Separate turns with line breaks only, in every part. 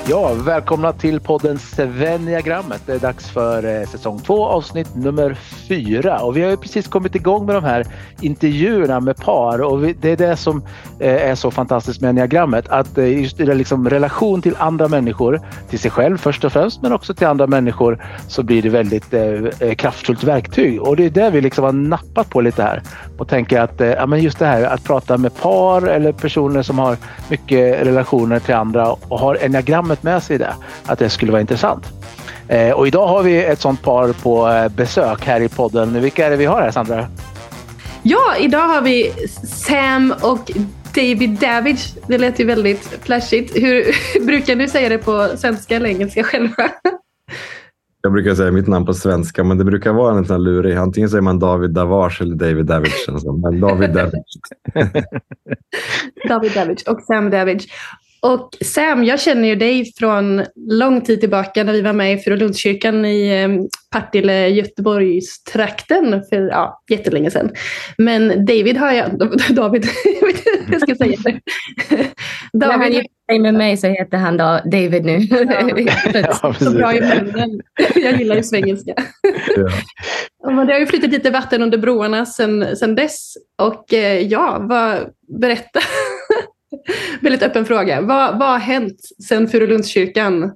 Ja, välkomna till podden Svenniagrammet. Det är dags för säsong 2, avsnitt nummer 4. Och vi har ju precis kommit igång med de här intervjuerna med par. Och det är det som är så fantastiskt med enneagrammet. Att just i liksom relation till andra människor, till sig själv först och främst, men också till andra människor, så blir det väldigt kraftfullt verktyg. Och det är det vi liksom har nappat på lite här. Och tänker att men just det här att prata med par eller personer som har mycket relationer till andra och har enneagrammet med sig det, att det skulle vara intressant. Och idag har vi ett sånt par på besök här i podden. Vilka är det vi har här, Sandra?
Ja, idag har vi Sam och David Davidge. Det lät ju väldigt flashigt. Hur brukar du säga det på svenska eller engelska själva?
Jag brukar säga mitt namn på svenska, men det brukar vara en liten lurig. Antingen säger man David Davars eller David Davidge. Men David Davidge.
David Davidge och Sam Davidge. Och Sam, jag känner ju dig från lång tid tillbaka när vi var med i Furulundskyrkan i Partille, Göteborgstrakten för jättelänge sedan. Men David har jag... David, jag vet inte hur jag ska säga det.
När han gifte sig med mig så heter han då David nu.
Ja, så bra i munnen. Jag gillar ju svengelska. Ja. Men det har ju flyttat lite vatten under broarna sen dess. Och berätta... Väldigt öppen fråga. Vad har hänt sen Furulundskyrkan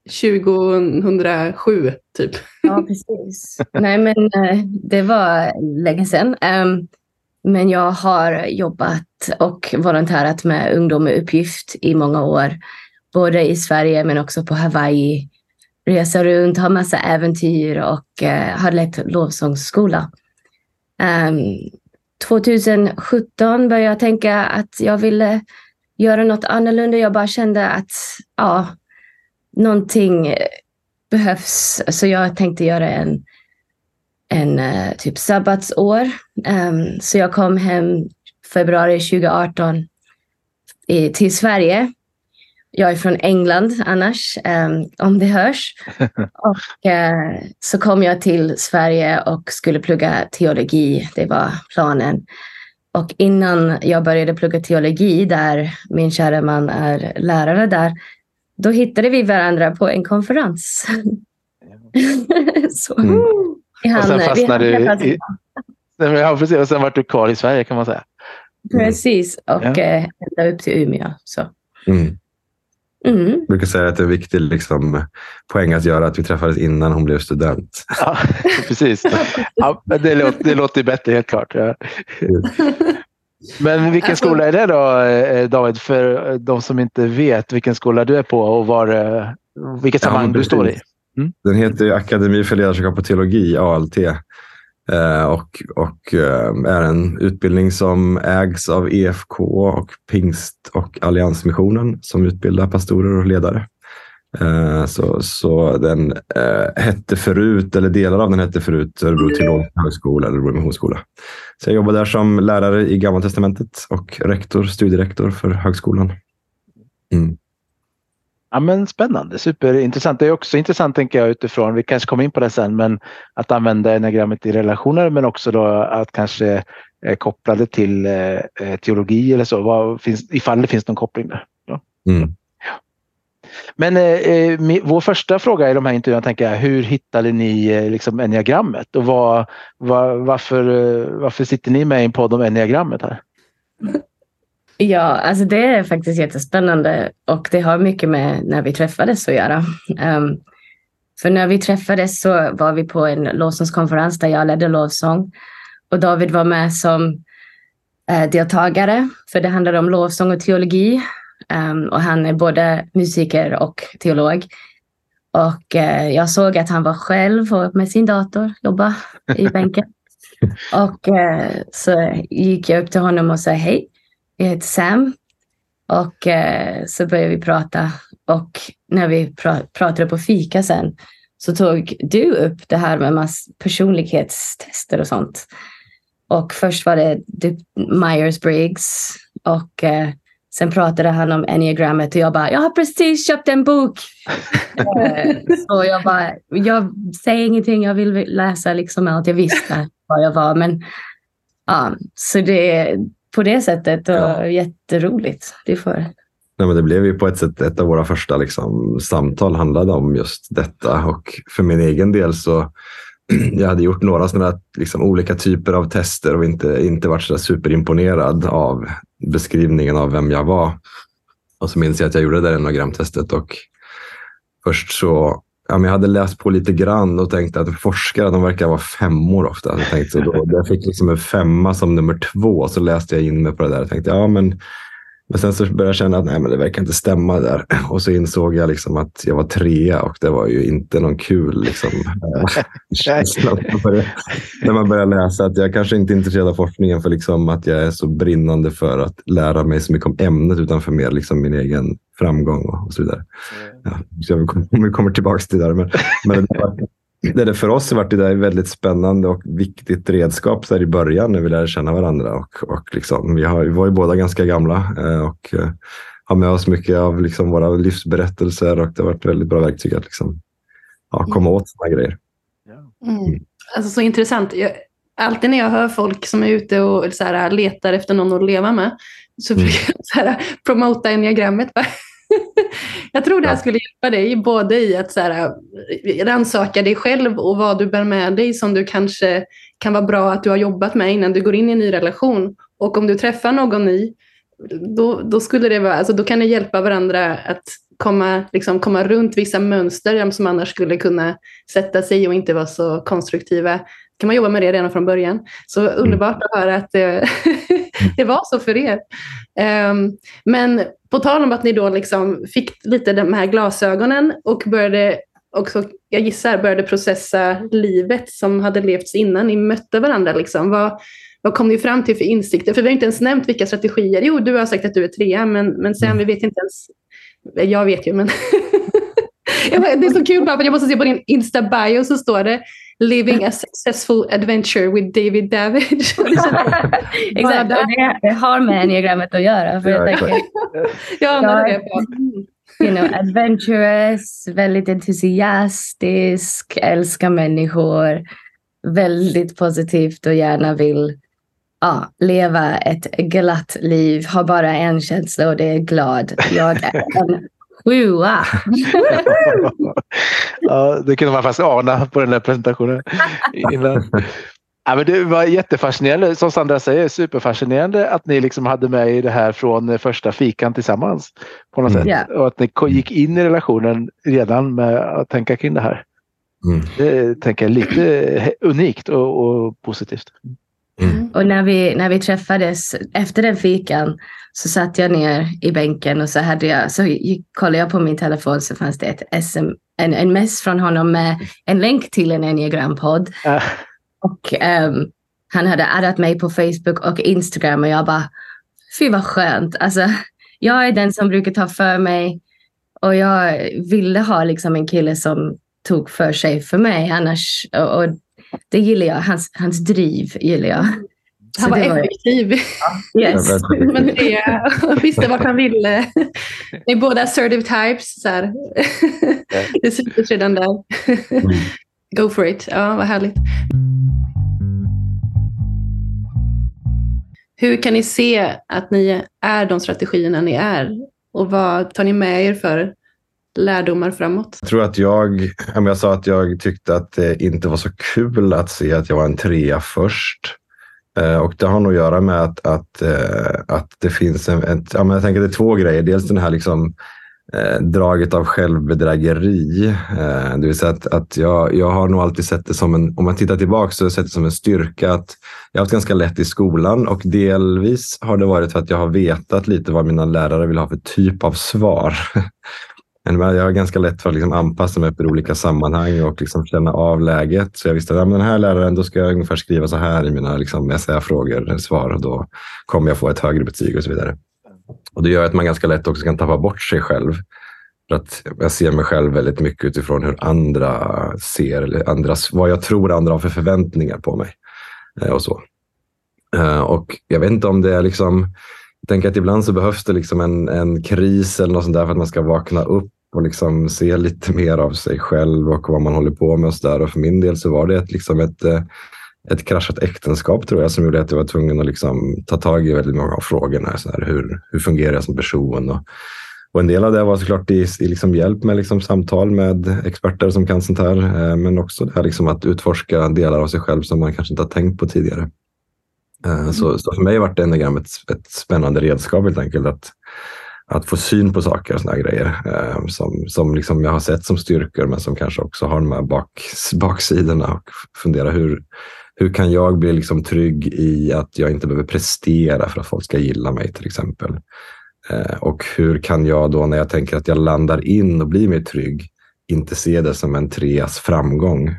2007 typ?
Ja, precis. Nej, men det var länge sedan. Men jag har jobbat och volontärat med ungdom med uppgift i många år. Både i Sverige men också på Hawaii. Resa runt, ha massa äventyr och har lett lovsångsskola. 2017 började jag tänka att jag ville göra något annorlunda. Jag bara kände att någonting behövs. Så jag tänkte göra en typ sabbatsår. Så jag kom hem februari 2018 till Sverige. Jag är från England annars, om det hörs. Och så kom jag till Sverige och skulle plugga teologi. Det var planen. Och innan jag började plugga teologi, där min kära man är lärare där, då hittade vi varandra på en konferens. Så,
och sen fastnade du ja, precis. Och sen var du kvar i Sverige, kan man säga.
Precis, och ända upp till Umeå. Så.
Jag brukar säga att det är viktigt poäng att göra att vi träffades innan hon blev student.
Ja, precis. Ja, det låter bättre, helt klart. Ja. Men vilken skola är det då, David? För de som inte vet vilken skola du är på och vilket sammanhang du står i.
Den heter Akademi för ledarskap och teologi, ALT. Och är en utbildning som ägs av EFK och Pingst och Alliansmissionen som utbildar pastorer och ledare. Så den hette förut, eller delar av den hette förut, Örebro teologiska högskola eller Örebro missionsskola. Så jag jobbar där som lärare i Gamla testamentet och studierektor för högskolan.
Ja, men spännande, superintressant. Det är också intressant, tänker jag, utifrån, vi kanske kommer in på det sen, men att använda enneagrammet i relationer, men också då att kanske koppla det till teologi eller så, ifall det finns någon koppling där. Ja. Ja. Men vår första fråga i de här intervjuerna, tänker jag, hur hittade ni enneagrammet och varför sitter ni med i en podd om enneagrammet här?
Ja, alltså det är faktiskt jättespännande och det har mycket med när vi träffades att göra. För när vi träffades så var vi på en lovsångskonferens där jag ledde lovsång och David var med som deltagare, för det handlar om lovsång och teologi. Och han är både musiker och teolog. Och jag såg att han var själv och med sin dator jobba i bänken. Och så gick jag upp till honom och sa hej. Jag heter Sam. Och så började vi prata. Och när vi pratade på fika sen så tog du upp det här med personlighetstester och sånt. Och först var det Myers-Briggs. Och sen pratade han om enneagrammet och jag bara, jag har precis köpt en bok. Så jag säger ingenting, jag vill läsa allt. Jag visste vad jag var. Men ja, så det på det sättet var jätteroligt.
Nej, men det blev ju på ett sätt ett av våra första liksom, samtal handlade om just detta. Och för min egen del så jag hade gjort några sådana liksom, olika typer av tester och inte varit så superimponerad av beskrivningen av vem jag var. Och så minns jag att jag gjorde det där enneagramtestet och först så jag hade läst på lite grann och tänkte att forskare, de verkar vara 5:or ofta. Jag tänkte, så då, jag fick liksom en 5 som nummer 2, så läste jag in mig på det där och tänkte, men sen så började jag känna att nej, men det verkar inte stämma där. Och så insåg jag liksom att jag var 3 och det var ju inte någon kul liksom, när man börjar läsa att jag kanske inte är intresserad av forskningen för liksom att jag är så brinnande för att lära mig så mycket om ämnet utan för mer liksom min egen framgång och så vidare. Ja, så vi kommer tillbaka till det där. Men det för oss har varit det där väldigt spännande och viktigt redskap så här i början när vi lärde känna varandra. Och liksom, vi var ju båda ganska gamla och har med oss mycket av liksom våra livsberättelser och det har varit väldigt bra verktyg att liksom, komma åt sådana grejer.
Alltså så intressant. Alltid när jag hör folk som är ute och så här, letar efter någon att leva med så brukar jag så här, promota enneagrammet. Jag tror det här skulle hjälpa dig både i att så här, rannsaka dig själv och vad du bär med dig som du kanske kan vara bra att du har jobbat med innan du går in i en ny relation. Och om du träffar någon ny, då skulle det vara, alltså då kan det hjälpa varandra att komma runt vissa mönster som annars skulle kunna sätta sig och inte vara så konstruktiva. Kan man jobba med det redan från början. Så underbart att höra att det var så för er. Men på tal om att ni då liksom fick lite de här glasögonen och började också, jag gissar, började processa livet som hade levts innan ni mötte varandra. Liksom. Vad kom ni fram till för insikter? För vi har inte ens nämnt vilka strategier. Jo, du har sagt att du är 3, men sen vi vet inte ens. Jag vet ju, men det är så kul bara för jag måste se på din Insta-bio så står det Living a successful adventure with David Davidge.
Exakt, och det har med enneagrammet att göra. För jag tänker, adventurous, väldigt entusiastisk, älskar människor, väldigt positivt och gärna vill leva ett glatt liv, har bara en känsla och det är glad. Jag är en 7.
Ja, det kunde man faktiskt ana på den här presentationen innan. Ja, men det var jättefascinerande, som Sandra säger, superfascinerande att ni liksom hade med i det här från första fikan tillsammans på något sätt. Och att ni gick in i relationen redan med att tänka kring det här. Det tänker jag är lite unikt och positivt.
Och när vi träffades efter den fikan så satt jag ner i bänken och så kollade jag på min telefon så fanns det en mess från honom med en länk till en enneagrampodd. Och han hade addat mig på Facebook och Instagram och jag bara, fy vad skönt. Alltså, jag är den som brukar ta för mig och jag ville ha liksom en kille som tog för sig för mig annars och det gillar jag, hans driv gillar jag.
Han var effektiv.
Yes.
Men visste vad han ville. Ni är båda assertive types. Så här. Det sitter redan där. Go for it. Ja, vad härligt. Hur kan ni se att ni är de strategierna ni är? Och vad tar ni med er för lärdomar framåt?
Jag tror att jag sa att jag tyckte att det inte var så kul att se att jag var en 3 först. Och det har nog att göra med att det finns jag tänker att det är 2 grejer. Dels den här liksom draget av självbedrägeri. Det vill säga att jag har nog alltid sett det som om man tittar tillbaka så har jag sett det som en styrka att jag har haft ganska lätt i skolan och delvis har det varit för att jag har vetat lite vad mina lärare vill ha för typ av svar. Men jag har ganska lätt för att liksom anpassa mig efter olika sammanhang och liksom känna av läget. Så jag visste att den här läraren, då ska jag ungefär skriva så här i mina liksom essayfrågor, svar och då kommer jag få ett högre betyg och så vidare. Och det gör att man ganska lätt också kan tappa bort sig själv. För att jag ser mig själv väldigt mycket utifrån hur andra ser, eller vad jag tror andra har för förväntningar på mig. Och så. Och jag vet inte om det är liksom, jag tänker att ibland så behövs det liksom en kris eller något sånt där för att man ska vakna upp och liksom se lite mer av sig själv och vad man håller på med och så där. Och för min del så var det ett kraschat äktenskap tror jag som gjorde att jag var tvungen att liksom ta tag i väldigt många av frågorna. Så här, hur fungerar jag som person? Och en del av det var såklart i liksom hjälp med liksom samtal med experter som kan sånt här. Men också det här liksom att utforska delar av sig själv som man kanske inte har tänkt på tidigare. Så för mig var det enneagram ett spännande redskap helt enkelt. Att få syn på saker och såna här grejer. Som liksom jag har sett som styrkor, men som kanske också har de här baksidorna. Och fundera hur kan jag bli liksom trygg i att jag inte behöver prestera för att folk ska gilla mig till exempel. Och hur kan jag då när jag tänker att jag landar in och blir mer trygg inte se det som en 3:as framgång.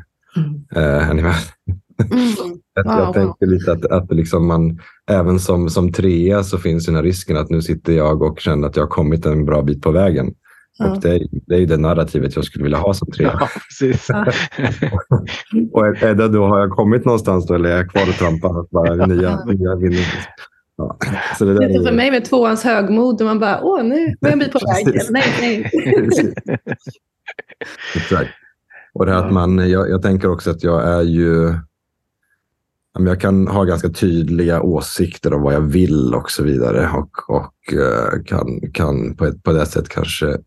Jag tänker lite att liksom man, även som 3:a så finns den här risken att nu sitter jag och känner att jag har kommit en bra bit på vägen. Och det är ju det narrativet jag skulle vilja ha som 3:a.
Ja, precis.
Och är det då har jag kommit någonstans då, eller är jag kvar och trampar bara nya vinner. Ja. Så det är
för mig med 2:ans högmod och man bara, nu var jag en bit på vägen. Nej.
Exakt. Och det här att jag tänker också att jag är ju, jag kan ha ganska tydliga åsikter om vad jag vill och så vidare och kan på det sättet kanske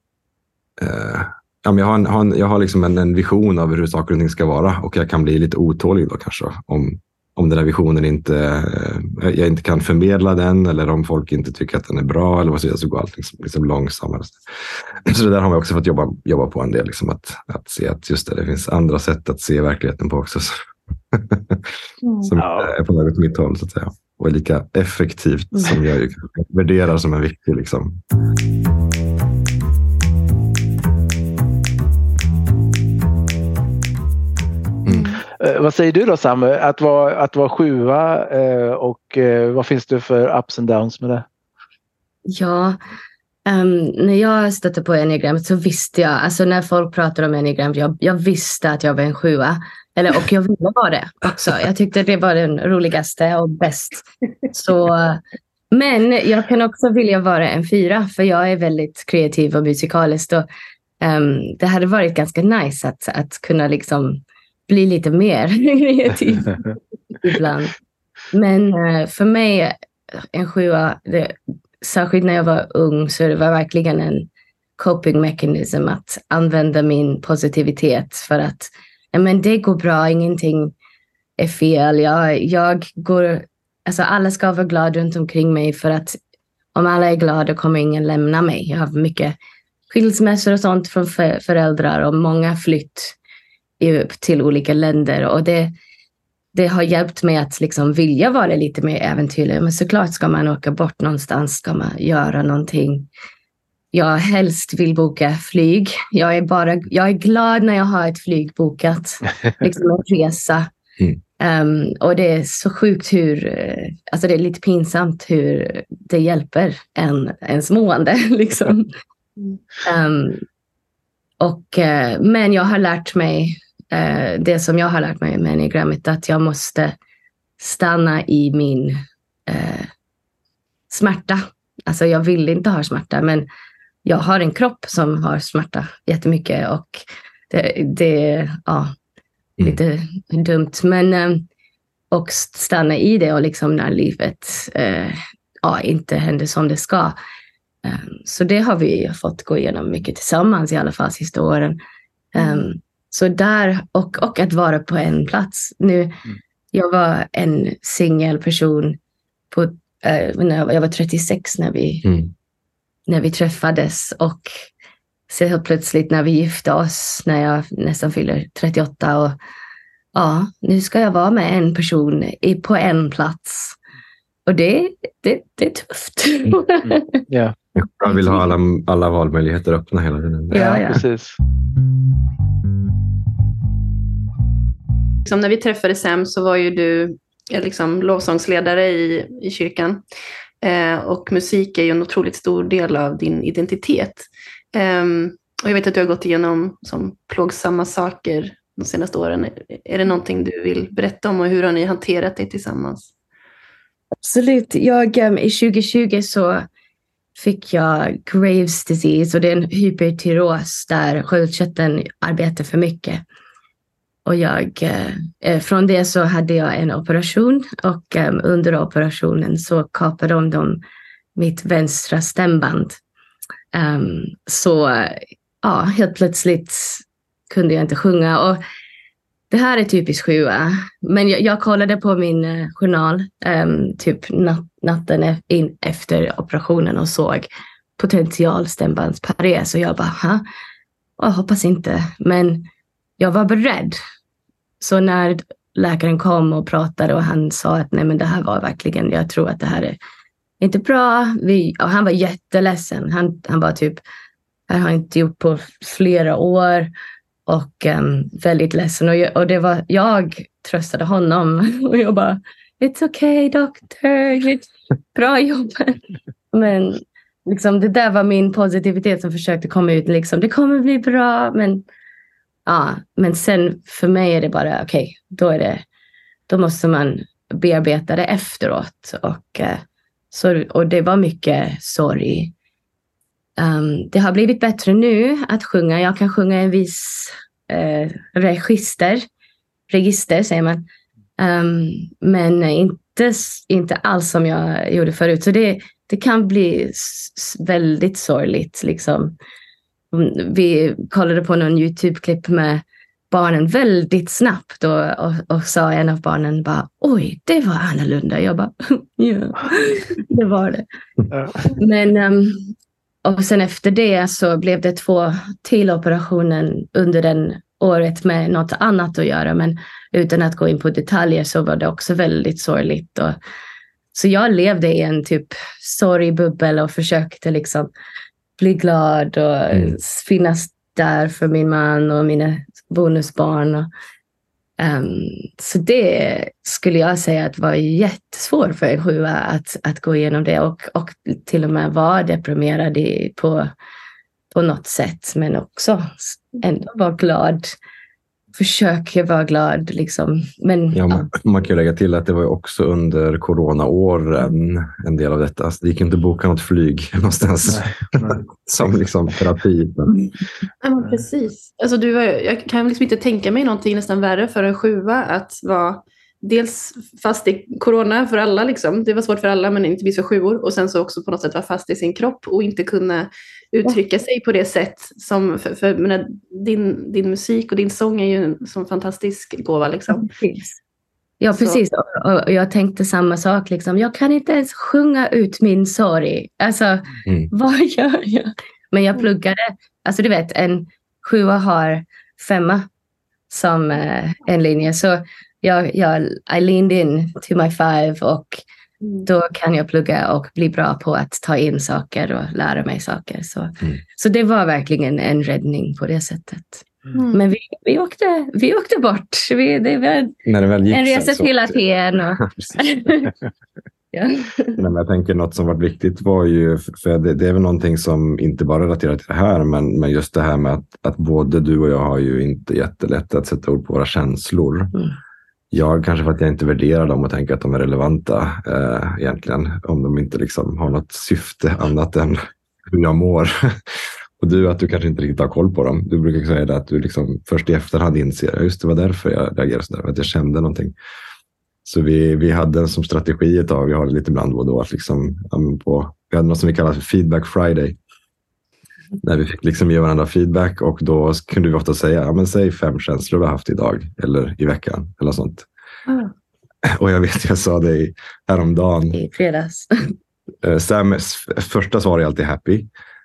jag har liksom en vision av hur saker och ting ska vara och jag kan bli lite otålig då kanske om den här visionen jag inte kan förmedla den eller om folk inte tycker att den är bra eller vad så går allt liksom långsammare. Så det där har man också fått jobba på en del liksom att se att just det finns andra sätt att se verkligheten på också. Som är på något mitt håll så att säga. Och är lika effektivt som jag värderar som en viktig liksom.
Vad säger du då Sam? Att vara 7:a och vad finns det för ups and downs med det?
Ja, när jag stötte på enneagrammet så visste jag, alltså när folk pratar om enneagrammet, jag visste att jag var en 7:a. Och jag ville vara det också. Jag tyckte det var den roligaste och bäst. Men jag kan också vilja vara en 4 för jag är väldigt kreativ och musikalisk. Och, det hade varit ganska nice att kunna liksom bli lite mer kreativ ibland. Men för mig, en 7:a, särskilt när jag var ung så det var verkligen en coping mechanism att använda min positivitet för att men det går bra, ingenting är fel. Jag går, alltså alla ska vara glada runt omkring mig för att om alla är glada kommer ingen lämna mig. Jag har mycket skilsmässor och sånt från föräldrar och många flytt till olika länder och det har hjälpt mig att liksom vilja vara lite mer äventyrlig. Men såklart ska man åka bort någonstans, ska man göra någonting. Jag helst vill boka flyg. Jag är glad när jag har ett flyg bokat. Liksom en resa. Och det är så sjukt alltså det är lite pinsamt hur det hjälper ens mående. Liksom. Men jag har lärt mig det som jag har lärt mig med enneagrammet att jag måste stanna i min smärta. Alltså jag vill inte ha smärta men jag har en kropp som har smärta jättemycket och det är lite dumt. Men och stanna i det och liksom när livet inte händer som det ska. Så det har vi fått gå igenom mycket tillsammans i alla fall sista åren. Så där och att vara på en plats. Nu, jag var en singelperson när jag var 36 när vi träffades och så helt plötsligt när vi gifte oss när jag nästan fyller 38 och nu ska jag vara med en person på en plats och det är tufft.
Yeah.
Jag vill ha alla valmöjligheter öppna hela tiden.
Ja, precis.
Som när vi träffades Sam så var ju du liksom lovsångsledare i kyrkan. Och musik är ju en otroligt stor del av din identitet. Och jag vet att du har gått igenom som plågsamma saker de senaste åren. Är det någonting du vill berätta om och hur har ni hanterat det tillsammans?
Absolut. I 2020 så fick jag Graves disease och det är en hypertyreos där sköldkörteln arbetar för mycket. Och från det så hade jag en operation och under operationen så kapade de mitt vänstra stämband. Så ja, helt plötsligt kunde jag inte sjunga. Och det här är typiskt 7. Men jag kollade på min journal typ natten efter operationen och såg potential stämbandspares. Och jag bara, jag hoppas inte. Men jag var beredd. Så när läkaren kom och pratade och han sa att nej, men det här var verkligen, jag tror att det här är inte bra. Och han var jätteledsen. Han var typ, jag har inte gjort på flera år. Och väldigt ledsen. Och det var, jag tröstade honom. Och jag bara, it's okay doctor. Bra jobb. Men liksom, det där var min positivitet som försökte komma ut. Liksom, det kommer bli bra. Men sen för mig är det bara, okej, då måste man bearbeta det efteråt. Och det var mycket sorg. Det har blivit bättre nu att sjunga. Jag kan sjunga en viss register säger man. Men inte alls som jag gjorde förut. Så det kan bli väldigt sorgligt. Liksom. Vi kollade på någon YouTube-klipp med barnen väldigt snabbt. Och sa en av barnen bara, oj, det var annorlunda. Jag bara, ja, det var det. Men... Och sen efter det så blev det 2 till operationen under den året med något annat att göra. Men utan att gå in på detaljer så var det också väldigt sorgligt. Så jag levde i en typ sorgbubbel och försökte liksom bli glad och finnas där för min man och mina bonusbarn. Så det skulle jag säga att var jättesvårt för en 7 att gå igenom det och till och med vara deprimerad på något sätt, men också ändå vara glad. Försöka vara glad liksom. Men,
man kan ju lägga till att det var också under coronaåren en del av detta. Alltså, det gick inte att boka något flyg någonstans. Nej. Som liksom terapi.
Ja, men precis. Alltså, jag kan liksom inte tänka mig någonting nästan värre för en 7 att vara dels fast i corona för alla. Liksom. Det var svårt för alla, men inte minst för 7. Och sen så också på något sätt vara fast i sin kropp och inte kunna uttrycka sig på det sätt som för din musik och din sång är ju en sån fantastisk gåva. Liksom.
Ja, precis. Och jag tänkte samma sak. Liksom. Jag kan inte ens sjunga ut min sorg. Alltså, vad gör jag? Men jag pluggade. Alltså, du vet, en 7 har 5 som en linje. Så I leaned in to my 5 och då kan jag plugga och bli bra på att ta in saker och lära mig saker. Så det var verkligen en räddning på det sättet. Men vi åkte bort. Det var
när det väl gick
en resa till Aten.
Ja. Men jag tänker något som var viktigt var ju, för det är väl någonting som inte bara relaterar till det här, men just det här med att både du och jag har ju inte jättelätt att sätta ord på våra känslor. Jag kanske för att jag inte värderar dem och tänker att de är relevanta egentligen, om de inte liksom har något syfte annat än hur jag mår. Och du, att du kanske inte riktigt har koll på dem. Du brukar säga det att du liksom först i efterhand inser, just det var därför jag reagerade så där, att jag kände någonting. Så vi hade som strategi ett tag, vi har det lite ibland och då, att liksom, vi hade något som vi kallar för Feedback Friday. När vi fick liksom ge varandra feedback och då kunde vi ofta säga, men säg 5 känslor vi har haft idag eller i veckan eller sånt. Och jag sa det häromdagen.
I fredags.
Sams första svar är alltid happy.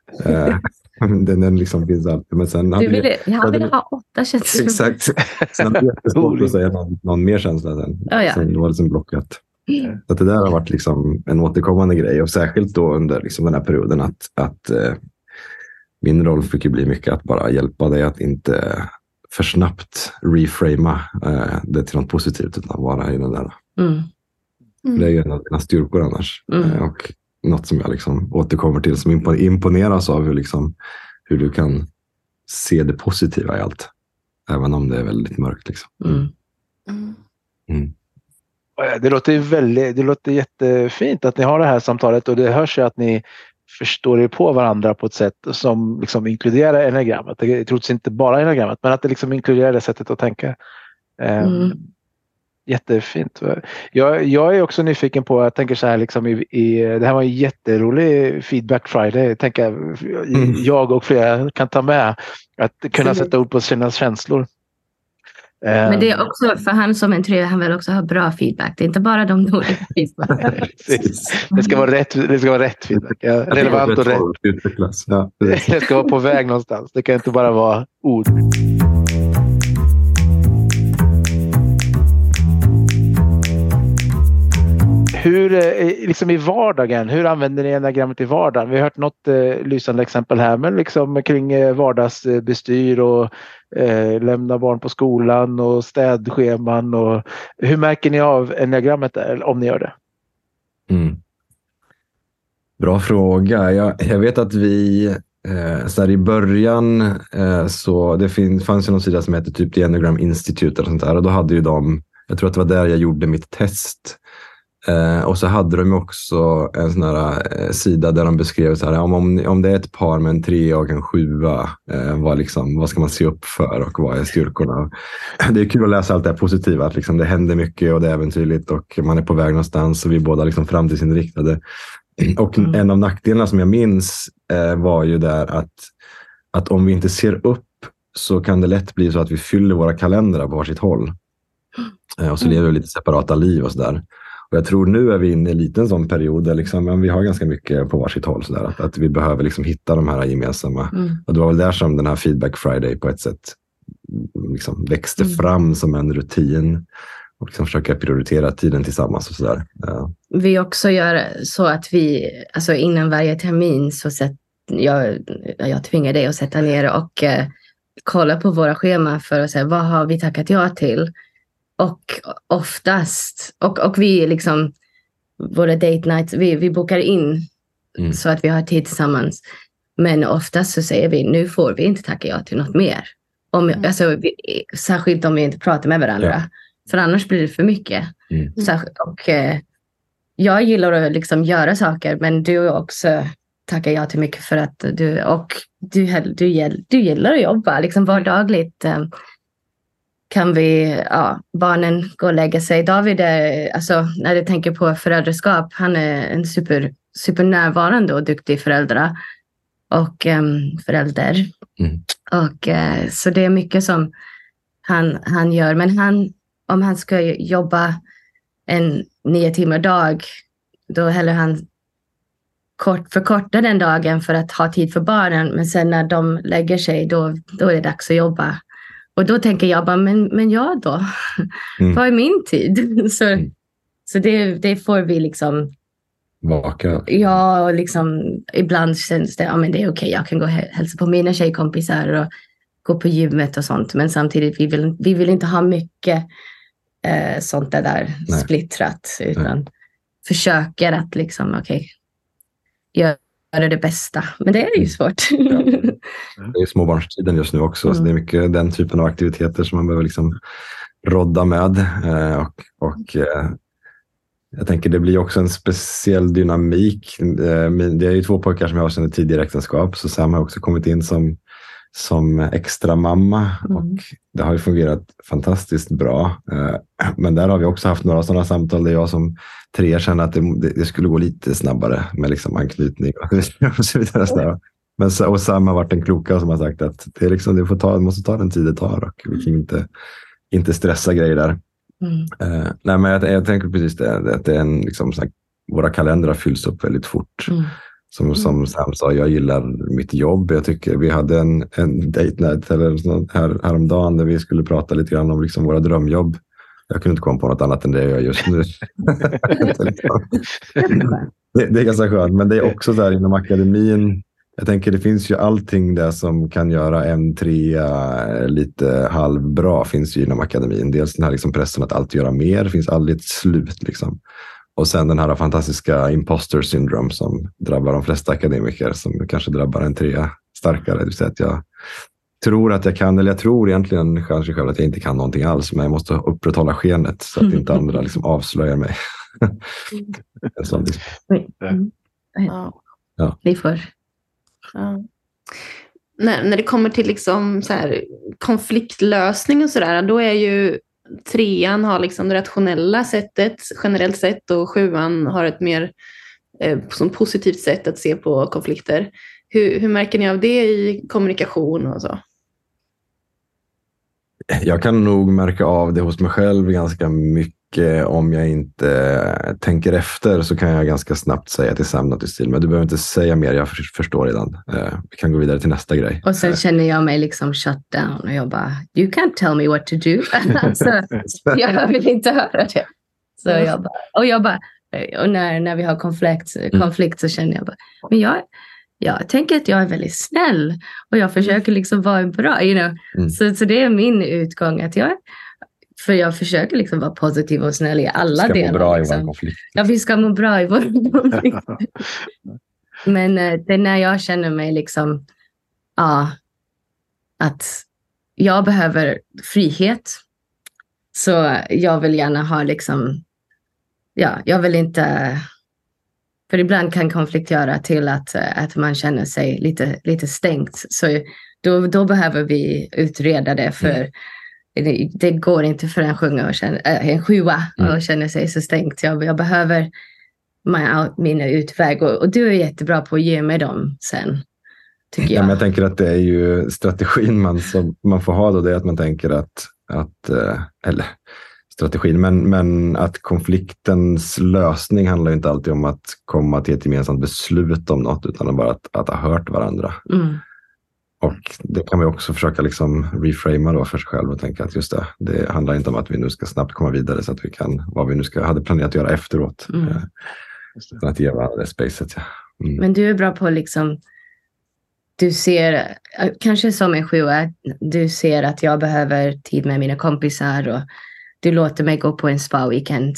Den liksom finns alltid. Men sen
jag ville ha 8 känslor.
Exakt. Sen hade jag jättesvårt att säga någon mer känsla sen. Sen det var liksom blockat. Så att det där har varit liksom en återkommande grej. Och särskilt då under liksom den här perioden att min roll fick ju bli mycket att bara hjälpa dig att inte för snabbt reframa det till något positivt utan vara i den där. Det är ju en av dina styrkor annars. Och något som jag liksom återkommer till som imponeras av hur du kan se det positiva i allt. Även om det är väldigt mörkt. Liksom.
Det låter jättefint att ni har det här samtalet och det hörs ju att ni förstår er på varandra på ett sätt som liksom inkluderar enagrammet. Det är trots inte bara enagrammet, men att det liksom inkluderar det sättet att tänka. Jättefint. Jag är också nyfiken på, jag tänker så här liksom det här var en jätterolig Feedback Friday. Jag tänker jag och flera kan ta med att kunna sätta ord på sina känslor.
Men det är också, för han som en trea, han vill också ha bra feedback. Det är inte bara de dåliga feedback.
Det ska vara rätt feedback. Ja, relevant och rätt. Ja, det ska vara på väg någonstans. Det kan inte bara vara ord. Hur, liksom i vardagen, hur använder ni enagrammet i vardagen? Vi har hört något lysande exempel här, men liksom kring vardagsbestyr och lämna barn på skolan och städscheman. Och, hur märker ni av enagrammet där, om ni gör det?
Bra fråga. Jag vet att vi så här i början så fanns ju någon sida som heter typ The Enneagram Institute eller sånt där, och då hade ju jag tror att det var där jag gjorde mitt test. Och så hade de också en sån här sida där de beskrev så här, om det är ett par med en 3 och en 7, vad ska man se upp för och vad är styrkorna? Det är kul att läsa allt det här positiva, att liksom det händer mycket och det är äventyrligt och man är på väg någonstans och vi är båda liksom framtidsinriktade. Och en av nackdelarna som jag minns var ju där att om vi inte ser upp så kan det lätt bli så att vi fyller våra kalendrar på varsitt håll. Och så lever vi lite separata liv och sådär. Och jag tror nu är vi inne i en liten sån period där liksom, men vi har ganska mycket på varsitt håll. Så där, att vi behöver liksom hitta de här gemensamma. Och det var väl där som den här Feedback Friday på ett sätt liksom växte fram som en rutin. Och liksom försöka prioritera tiden tillsammans och sådär. Ja.
Vi också gör så att vi, alltså innan varje termin så jag tvingar dig att sätta ner och kolla på våra scheman för att säga vad har vi tackat ja till. Och oftast, och vi liksom, våra date nights, vi bokar in så att vi har tid tillsammans. Men oftast så säger vi, nu får vi inte tacka ja till något mer. Alltså, särskilt om vi inte pratar med varandra. Ja. För annars blir det för mycket. Och jag gillar att liksom göra saker, men du också tackar ja till mycket för att du gillar att jobba liksom vardagligt. Kan barnen gå och lägga sig. David är, alltså när jag tänker på föräldraskap, han är en super närvarande och duktig förälder. Och så det är mycket som han gör. Men om han ska jobba en 9 timmar dag, då heller han förkorta den dagen för att ha tid för barnen. Men sen när de lägger sig, då är det dags att jobba. Och då tänker jag bara, men jag då? Vad är min tid? Så det får vi liksom
vaka.
Ja, och liksom ibland känns det, men det är okej. Jag kan gå och hälsa på mina tjejkompisar och gå på gymmet och sånt. Men samtidigt, vi vill inte ha mycket sånt där splittrat. Utan försöker att liksom, göra det bästa. Men det är ju svårt. Ja.
Det är småbarnstiden just nu också. Så det är mycket den typen av aktiviteter som man behöver liksom rodda med. Och jag tänker det blir också en speciell dynamik. Det är ju 2 pojkar som jag har sedan tidigare äktenskap. Så Sam har också kommit in som extra mamma. Och det har ju fungerat fantastiskt bra. Men där har vi också haft några sådana samtal där jag som 3 känner att det skulle gå lite snabbare med liksom anknytning och så vidare. Men och Sam har varit en kloka som har sagt att det är liksom, det måste ta den tid det tar och vi kan inte stressa grejer där. Nej, men jag tänker precis det, att det är en liksom, våra kalendrar fylls upp väldigt fort. Som Sam sa, jag gillar mitt jobb. Jag tycker vi hade en date night häromdagen där vi skulle prata lite grann om liksom våra drömjobb. Jag kunde inte komma på något annat än det jag gör just nu. Det är ganska skönt, men det är också där inom akademin. Jag tänker det finns ju allting där som kan göra en 3 lite halvbra finns ju inom akademin. Dels den här liksom pressen att alltid göra mer. Det finns aldrig ett slut liksom. Och sen den här fantastiska imposter syndrome som drabbar de flesta akademiker, som kanske drabbar en 3 starkare. Det vill säga att jag tror att jag kan, eller jag tror egentligen kanske själv att jag inte kan någonting alls, men jag måste upprätthålla skenet så att inte andra liksom avslöjar mig. En sån
Ja. Vi får.
Ja. När det kommer till liksom så här konfliktlösning och sådär, då är ju trean har liksom det rationella sättet generellt sett och sjuan har ett mer som positivt sätt att se på konflikter. Hur märker ni av det i kommunikation och så?
Jag kan nog märka av det hos mig själv ganska mycket. Om jag inte tänker efter så kan jag ganska snabbt säga till Sam något i stil. Men du behöver inte säga mer, jag förstår redan. Vi kan gå vidare till nästa grej.
Och sen känner jag mig liksom shut down och jag bara, you can't tell me what to do. Så jag vill inte höra det. Så jag bara, och när vi har konflikt så känner jag bara, men jag tänker att jag är väldigt snäll och jag försöker liksom vara bra, Så det är min utgång att jag försöker liksom vara positiv och snäll i alla delar. Vi ska må bra liksom. I vår konflikt. Ja, vi ska må bra i vår konflikt. Men det är när jag känner mig liksom, att jag behöver frihet. Så jag vill gärna ha liksom, jag vill inte, för ibland kan konflikt göra till att man känner sig lite stängt. Så då behöver vi utreda det för det går inte för en sjua och känner sig så stängt. Jag behöver mina utväg och du är jättebra på att ge mig dem sen, tycker jag.
Ja, men jag tänker att det är ju strategin man får ha då, det är att man tänker att eller strategin, men att konfliktens lösning handlar ju inte alltid om att komma till ett gemensamt beslut om något, utan bara att ha hört varandra. Och det kan man också försöka liksom reframa då för sig själv och tänka att just det handlar inte om att vi nu ska snabbt komma vidare så att vi kan, vad vi nu hade planerat att göra efteråt. Utan att ge varandra det spacet.
Men du är bra på liksom, du ser, kanske som en sjua, du ser att jag behöver tid med mina kompisar och du låter mig gå på en spa-weekend.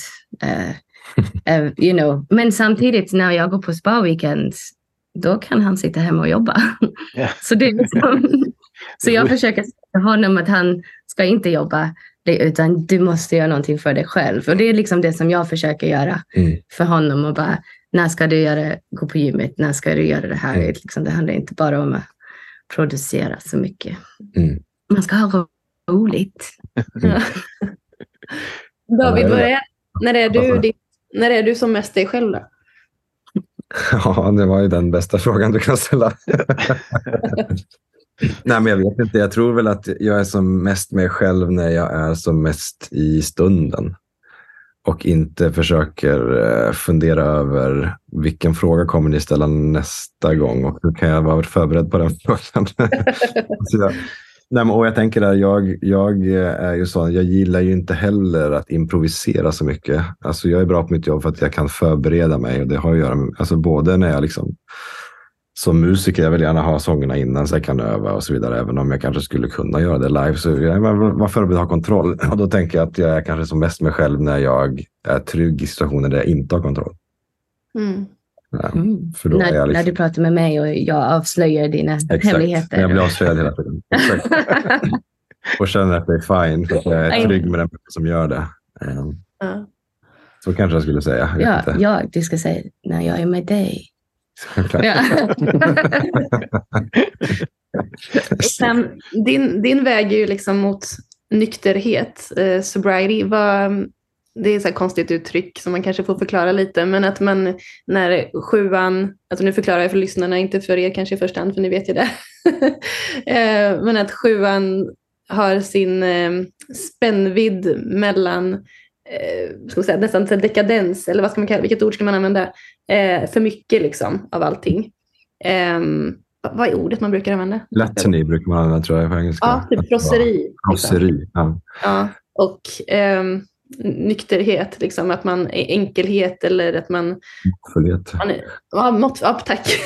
Men samtidigt när jag går på spa-weekend, då kan han sitta hemma och jobba. Yeah. Så det är liksom, så jag försöker säga honom att han ska inte jobba, utan du måste göra någonting för dig själv. Och det är liksom det som jag försöker göra för honom. Och bara, när ska du gå på gymmet? När ska du göra det här? Liksom, det handlar inte bara om att producera så mycket. Man ska ha roligt.
David, när är du som mest dig själv då?
Ja, det var ju den bästa frågan du kan ställa. Nej, men jag vet inte. Jag tror väl att jag är som mest mig själv när jag är som mest i stunden. Och inte försöker fundera över vilken fråga kommer ni ställa nästa gång. Och hur kan jag vara förberedd på den frågan? Och jag tänker att jag är ju så, jag gillar ju inte heller att improvisera så mycket. Alltså jag är bra på mitt jobb för att jag kan förbereda mig, och det har att göra med, alltså både när jag liksom som musiker, jag vill gärna ha sångerna innan så jag kan öva och så vidare, även om jag kanske skulle kunna göra det live, så jag var förberedd att ha kontroll. Och då tänker jag att jag är kanske som mest mig själv när jag är trygg i situationer där jag inte har kontroll.
För då när du pratar med mig och jag avslöjar dina hemligheter.
Jag blir avslöjad hela tiden. Och känner att det är fine, för att jag är trygg med den som gör det. Så kanske jag skulle säga.
Du ska säga när jag är med dig.
Din väg är ju liksom mot nykterhet, sobriety. Det är så här konstigt uttryck som man kanske får förklara lite, men att man när sjuan, alltså nu förklarar jag för lyssnarna, inte för er kanske i första hand, för ni vet ju det. Men att sjuan har sin spännvidd mellan ska man säga, nästan dekadens, eller vad ska man kalla, vilket ord ska man använda, för mycket liksom av allting. Vad är ordet man brukar använda?
Gluttony brukar man använda, tror jag, på engelska.
Ja, typ frosseri.
Frosseri,
ja. Och nykterhet, liksom, att man är enkelhet, eller att man... Måttfullhet. Tack.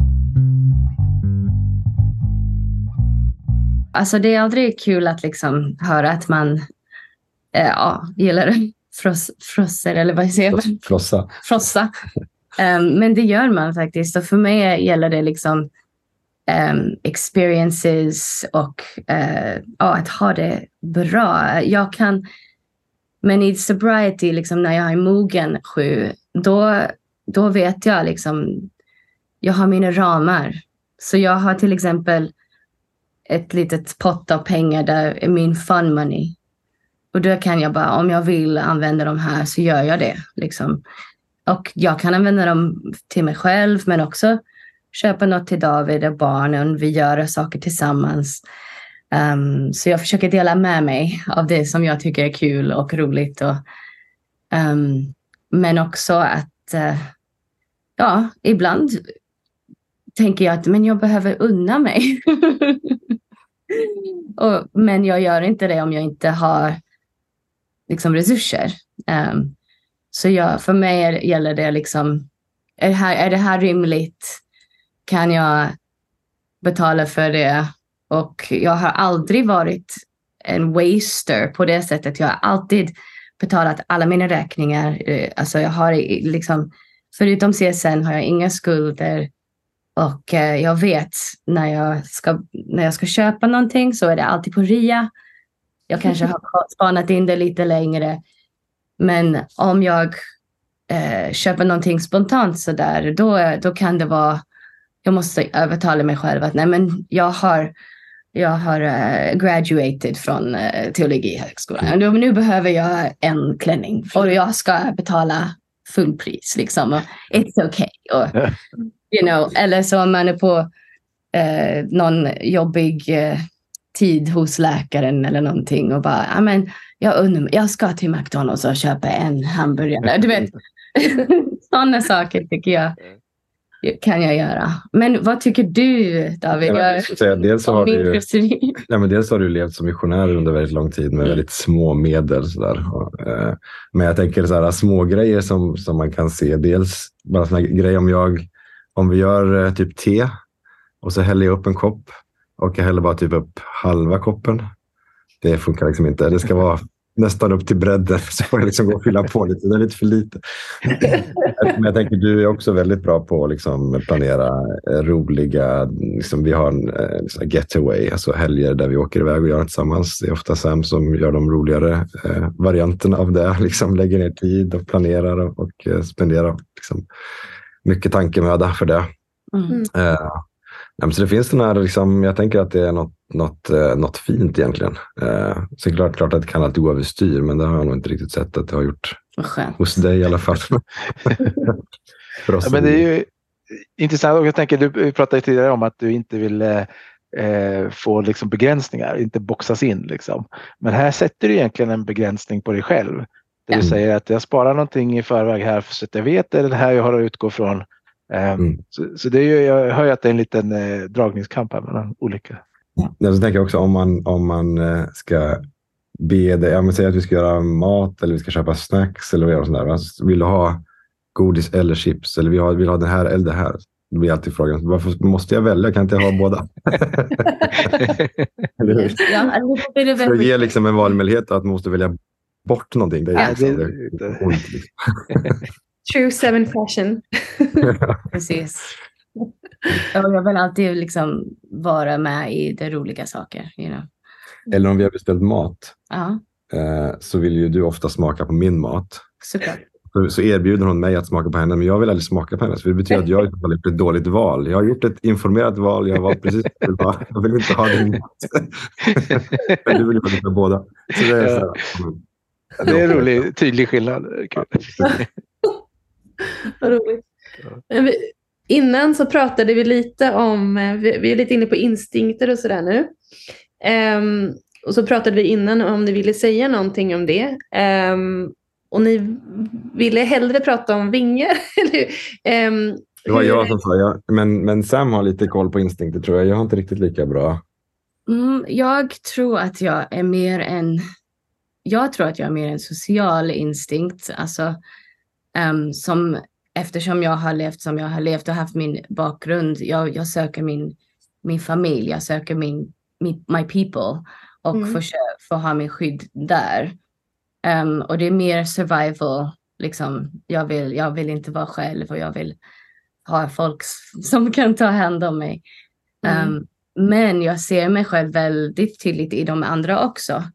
Alltså det är aldrig kul att liksom höra att man gillar frosser, eller vad säger man? Frossa. Men det gör man faktiskt, och för mig gäller det liksom experiences och att ha det bra. Men i sobriety, liksom, när jag är mogen 7, då vet jag liksom, jag har mina ramar. Så jag har till exempel ett litet pott av pengar där är min fun money. Och då kan jag bara, om jag vill använda de här så gör jag det. Liksom. Och jag kan använda dem till mig själv, men också köpa något till David och barnen. Vi gör saker tillsammans. Så jag försöker dela med mig av det som jag tycker är kul och roligt. Och, men också att ibland tänker jag att men jag behöver unna mig. Men jag gör inte det om jag inte har liksom resurser. Så för mig gäller det liksom, är det här rimligt? Kan jag betala för det? Och jag har aldrig varit en waster på det sättet. Jag har alltid betalat alla mina räkningar. Alltså jag har liksom, förutom CSN har jag inga skulder. Och jag vet när jag ska köpa någonting så är det alltid på rea. Jag kanske har spanat in det lite längre. Men om jag köper någonting spontant så där, då kan det vara, jag måste övertala mig själv att nej, men jag har graduated från teologihögskolan. Nu behöver jag en klänning och jag ska betala fullpris liksom. Och it's okay. Och, eller så om man är på någon jobbig tid hos läkaren eller någonting och bara, men jag ska till McDonald's och köpa en hamburgare. Du vet, sådana saker tycker jag kan jag göra. Men vad tycker du, David?
Dels har du levt som missionär under väldigt lång tid med väldigt små medel. Sådär. Men jag tänker så här, små grejer som man kan se. Dels bara såna grejer om vi gör typ te och så häller jag upp en kopp och jag häller bara typ upp halva koppen. Det funkar liksom inte. Det ska vara nästan upp till bredden så får jag liksom gå och fylla på lite. Det är lite för lite. Men jag tänker du är också väldigt bra på att liksom planera roliga, liksom vi har en getaway, alltså helger där vi åker iväg och gör det tillsammans. Det är ofta Sam som gör de roligare varianterna av det, liksom lägger ner tid och planerar och spenderar liksom mycket tankemöda för det. Så det finns den här, liksom, jag tänker att det är något fint egentligen. Så klart att det kan alltid gå överstyr, men det har jag nog inte riktigt sett att det har gjort hos dig i alla fall.
Men det är ju intressant, och jag tänker, du pratade tidigare om att du inte vill få liksom begränsningar, inte boxas in liksom. Men här sätter du egentligen en begränsning på dig själv. Det vill säga att jag sparar någonting i förväg här för att jag vet det är det här jag har att utgå från. Så det är ju, jag hör ju att det är en liten dragningskamp här mellan olika.
Så tänker jag också om man ska be dig, säga att vi ska göra mat eller vi ska köpa snacks eller vad sånt där. Alltså, vill du ha godis eller chips eller vill ha den här eller det här? Det blir alltid frågan, varför måste jag välja? Kan inte jag ha båda? För att ge liksom en valmöjlighet att man måste välja bort någonting. Det är ont.
True 7 fashion.
Precis. Jag vill alltid liksom vara med i de roliga saker.
Eller om vi har beställt mat. Så vill ju du ofta smaka på min mat.
Såklart.
Så erbjuder hon mig att smaka på henne, men jag vill aldrig smaka på henne. För det betyder att jag har gjort ett dåligt val. Jag har gjort ett informerat val. Jag var precis jag vill inte ha din mat. Men du vill ju ha lite båda. Så det är
det är en rolig, tydlig skillnad.
Vad roligt. Innan så pratade vi lite om, vi är lite inne på instinkter och sådär nu. Och så pratade vi innan om ni ville säga någonting om det. Och ni ville hellre prata om vingar.
Det var jag som sa, men Sam har lite koll på instinkter tror jag. Jag har inte riktigt lika bra.
Jag tror att jag är mer en social instinkt. Alltså, eftersom jag har levt som jag har levt och haft min bakgrund. Jag söker min familj. Jag söker my people. Och får ha min skydd där. Och det är mer survival. Liksom, jag vill inte vara själv. Och jag vill ha folk som kan ta hand om mig. Men jag ser mig själv väldigt tydligt i de andra också.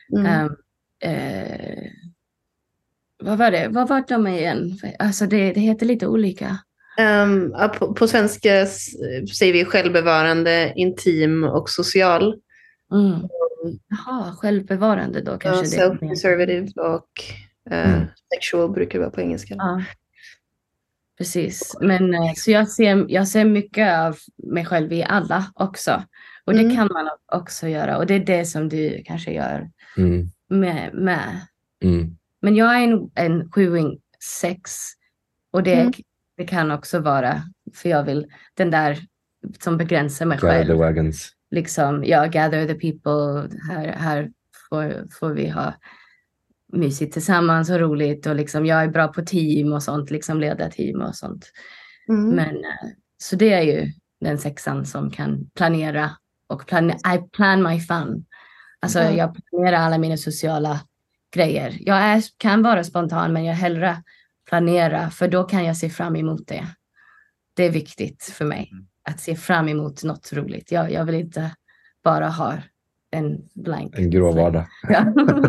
Vad var de igen? Alltså det heter lite olika.
På svenska säger vi självbevarande, intim och social.
självbevarande då kanske.
Self-preservative och sexual brukar det vara på engelska.
Ja. Precis. Men så jag ser mycket av mig själv i alla också. Och det kan man också göra. Och det är det som du kanske gör med. Men jag är en 7-6. Och det kan också vara, för jag vill den där som begränsar mig själv.
Gather the wagons.
Liksom, gather the people. Här får vi ha mysigt tillsammans och roligt. Och liksom, jag är bra på team och sånt. Liksom leda team och sånt. Men så det är ju den 6:an som kan planera. Och I plan my fun. Alltså jag planerar alla mina sociala grejer. Jag kan vara spontan, men jag hellre planera, för då kan jag se fram emot det. Det är viktigt för mig att se fram emot något roligt. Jag vill inte bara ha en
grå vardag.
Ja.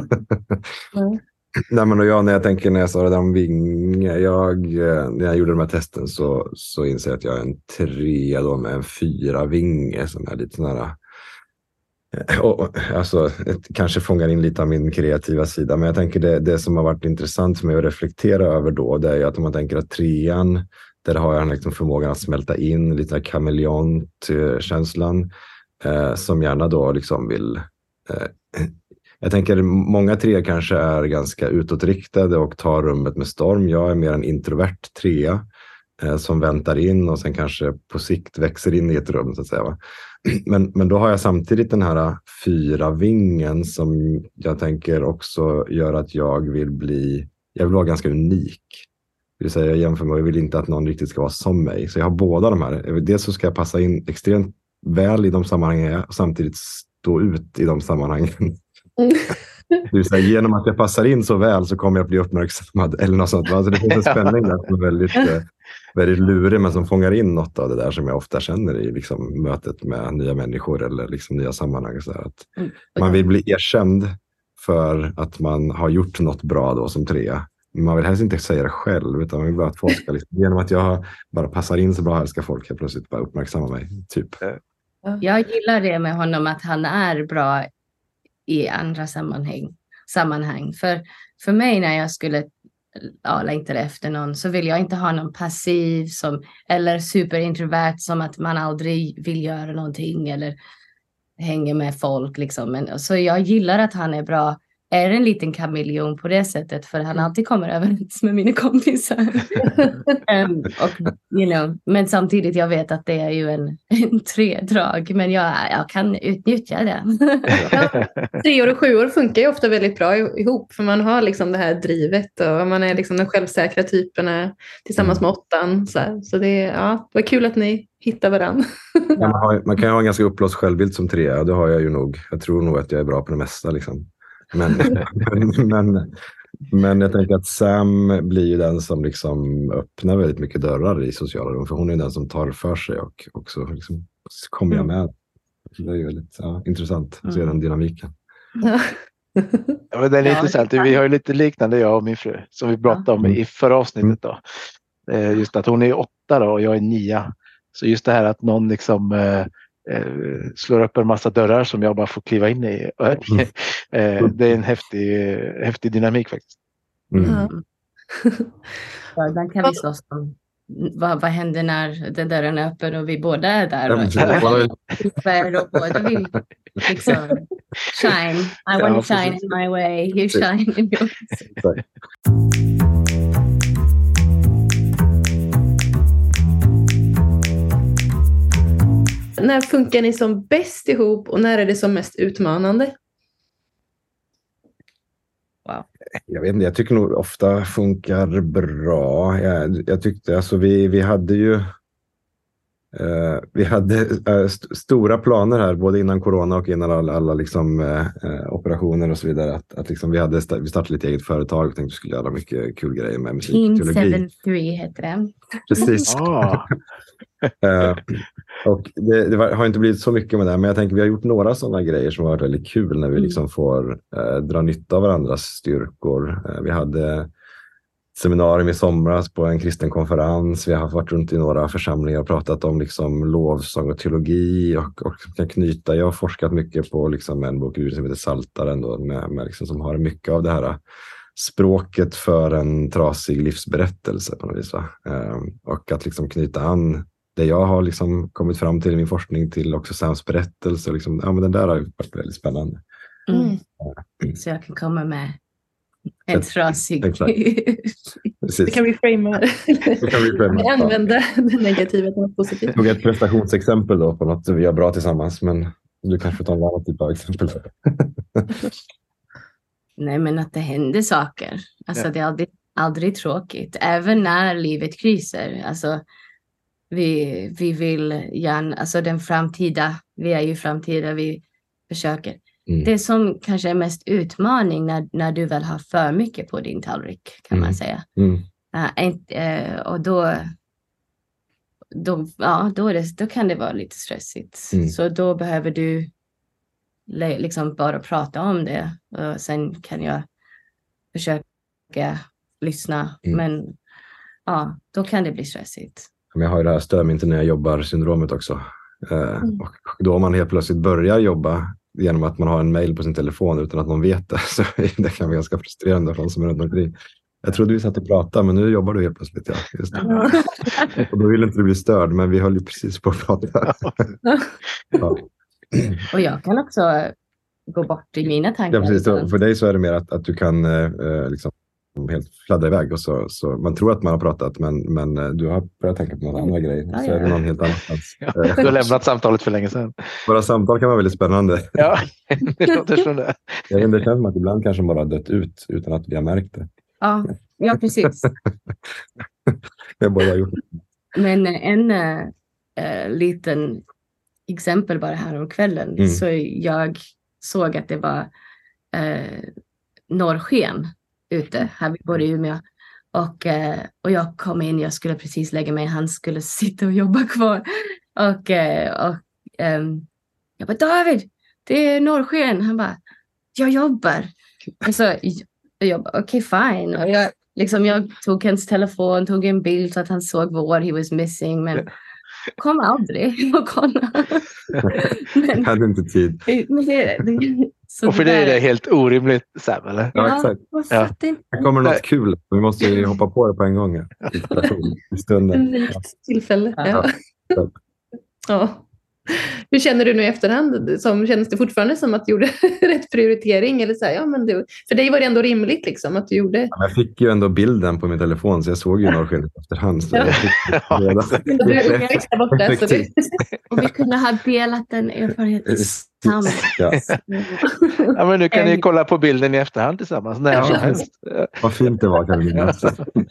Nej, men när jag sa det där om vinge, när jag gjorde de här testen så inser jag att jag är en 3 då med en 4 vinge som är lite nära. Alltså, kanske fångar in lite av min kreativa sida, men jag tänker det som har varit intressant för mig att reflektera över då, det är ju att om man tänker att 3:an, där har jag liksom förmågan att smälta in lite här kameleont-känslan som gärna då liksom vill jag tänker många 3 kanske är ganska utåtriktade och tar rummet med storm. Jag är mer en introvert 3 som väntar in och sen kanske på sikt växer in i ett rum så att säga, va? Men då har jag samtidigt den här 4-vingen som jag tänker också gör att jag vill vara ganska unik. Det vill säga jag jämför mig och vill inte att någon riktigt ska vara som mig. Så jag har båda de här. Dels så ska jag passa in extremt väl i de sammanhangen jag och samtidigt stå ut i de sammanhangen. Det vill säga, genom att jag passar in så väl så kommer jag att bli uppmärksammad eller något sånt. Alltså det finns en spänning där som är väldigt lurig, men som fångar in något av det där som jag ofta känner i liksom mötet med nya människor eller liksom nya sammanhang. Så att man vill bli erkänd för att man har gjort något bra då som 3. Man vill helst inte säga det själv, utan man vill bara att folk ska liksom, genom att jag bara passar in så bra här ska folk helt plötsligt bara uppmärksamma mig. Typ.
Jag gillar det med honom, att han är bra i andra sammanhang. För mig när jag skulle längta efter någon så vill jag inte ha någon passiv eller superintrovert som att man aldrig vill göra någonting eller hänga med folk. Liksom. Men, så jag gillar att han är bra, är en liten kameleon på det sättet, för han alltid kommer överens med mina kompisar. Men samtidigt jag vet att det är ju en 3-drag, men jag kan utnyttja det.
3 och 7 funkar ju ofta väldigt bra ihop, för man har liksom det här drivet och man är liksom de självsäkra typerna tillsammans med 8:an. Så det var kul att ni hittar varandra.
Man kan ju ha en ganska uppblåst självbild som 3, och det har jag ju nog. Jag tror nog att jag är bra på det mesta liksom. Men jag tänker att Sam blir ju den som liksom öppnar väldigt mycket dörrar i sociala rum, för hon är den som tar för sig och också liksom kommer jag med. Det är ju väldigt intressant att se den dynamiken.
Ja, men det är intressant. Vi har ju lite liknande, jag och min fru, som vi pratade om i förra avsnittet då. Just att hon är 8 då och jag är 9. Så just det här att någon liksom slår upp en massa dörrar som jag bara får kliva in i. Det är en häftig dynamik faktiskt.
Ibland kan vi slåss om vad händer när den dörren är öppen och vi båda är där. Och båda vill liksom shine. I want to shine in my way. You shine in yours.
När funkar ni som bäst ihop och när är det som mest utmanande?
Wow.
Jag vet inte, jag tycker nog ofta funkar bra. Jag tyckte, alltså vi hade ju stora planer här, både innan corona och innan alla liksom, operationer och så vidare. Att liksom vi startade lite eget företag och tänkte att vi skulle göra mycket kul grejer med musik.
Team 73 heter det.
Precis. Och det har inte blivit så mycket med det här, men jag tänker vi har gjort några sådana grejer som har varit väldigt kul när vi liksom får dra nytta av varandras styrkor. Vi hade seminarium i somras på en kristen konferens. Vi har varit runt i några församlingar och pratat om liksom lovsång och teologi och kan knyta. Jag har forskat mycket på liksom en bok som heter Saltaren då, med liksom, som har mycket av det här språket för en trasig livsberättelse på något vis. Och att liksom knyta an det jag har liksom kommit fram till i min forskning till också Sams berättelse. Och liksom, men den där har varit väldigt spännande.
Så jag kan komma med en trasig...
Det kan vi framea. Använda det negativa till något positivt.
Jag tog ett prestationsexempel då på något vi gör bra tillsammans, men du kanske tar en annan typ av exempel.
Nej, men att det händer saker. Alltså det är aldrig tråkigt. Även när livet kriser. Alltså vi vill gärna, alltså den framtida, vi är ju framtida, vi försöker. Det som kanske är mest utmaning när du väl har för mycket på din tallrik, kan man säga. Och då kan det vara lite stressigt. Så då behöver du liksom bara prata om det. Och sen kan jag försöka lyssna. Men då kan det bli stressigt.
Jag har ju det här stör mig inte när jag jobbar syndromet också. Och då om man helt plötsligt börjar jobba genom att man har en mail på sin telefon utan att man vet det, så det kan vara ganska frustrerande för de som är runt omkring. Jag trodde vi satt och pratade, men nu jobbar du helt plötsligt. Just det. Och då vill inte du bli störd, men vi höll ju precis på att prata.
Och jag kan också gå bort i mina tankar.
Ja, precis. För dig så är det mer att du kan liksom helt fladdra iväg och så man tror att man har pratat, men du har börjat tänka på några andra grejer. Så är det någon helt annanstans.
Du har lämnat samtalet för länge sedan.
Våra samtal kan vara väldigt spännande.
Ja, det låter som det.
Jag vet, det känns som att ibland kanske bara dött ut utan att vi har märkt det.
Ja, precis.
Jag bara gjort det.
Men en liten exempel bara här om kvällen. Så jag såg att det var norrsken ute här vid både Umeå. Och jag kom in, jag skulle precis lägga mig, han skulle sitta och jobba kvar. Och jag bara, David, det är norrsken. Han bara, jag jobbar. Och så jag bara, okej, fine. Och jag tog hans telefon, tog en bild så att han såg what he was missing, men kom aldrig och kolla.
Jag hade inte tid.
Och för det är det helt orimligt, Sam, eller?
Ja, exakt. Det kommer något kul. Vi måste ju hoppa på det på en gång. I stunden.
En rikt tillfälle. Ja. Hur känner du nu i efterhand? Känns det fortfarande som att du gjorde rätt prioritering? Eller så här, för dig var det ändå rimligt liksom, att du gjorde...
Jag fick ju ändå bilden på min telefon, så jag såg ju norrskenet efterhand. Så
och vi kunde ha delat den erfarenheten tillsammans.
Ja, men nu kan ni kolla på bilden i efterhand tillsammans. När som helst.
Vad fint det var, kan vi minnas.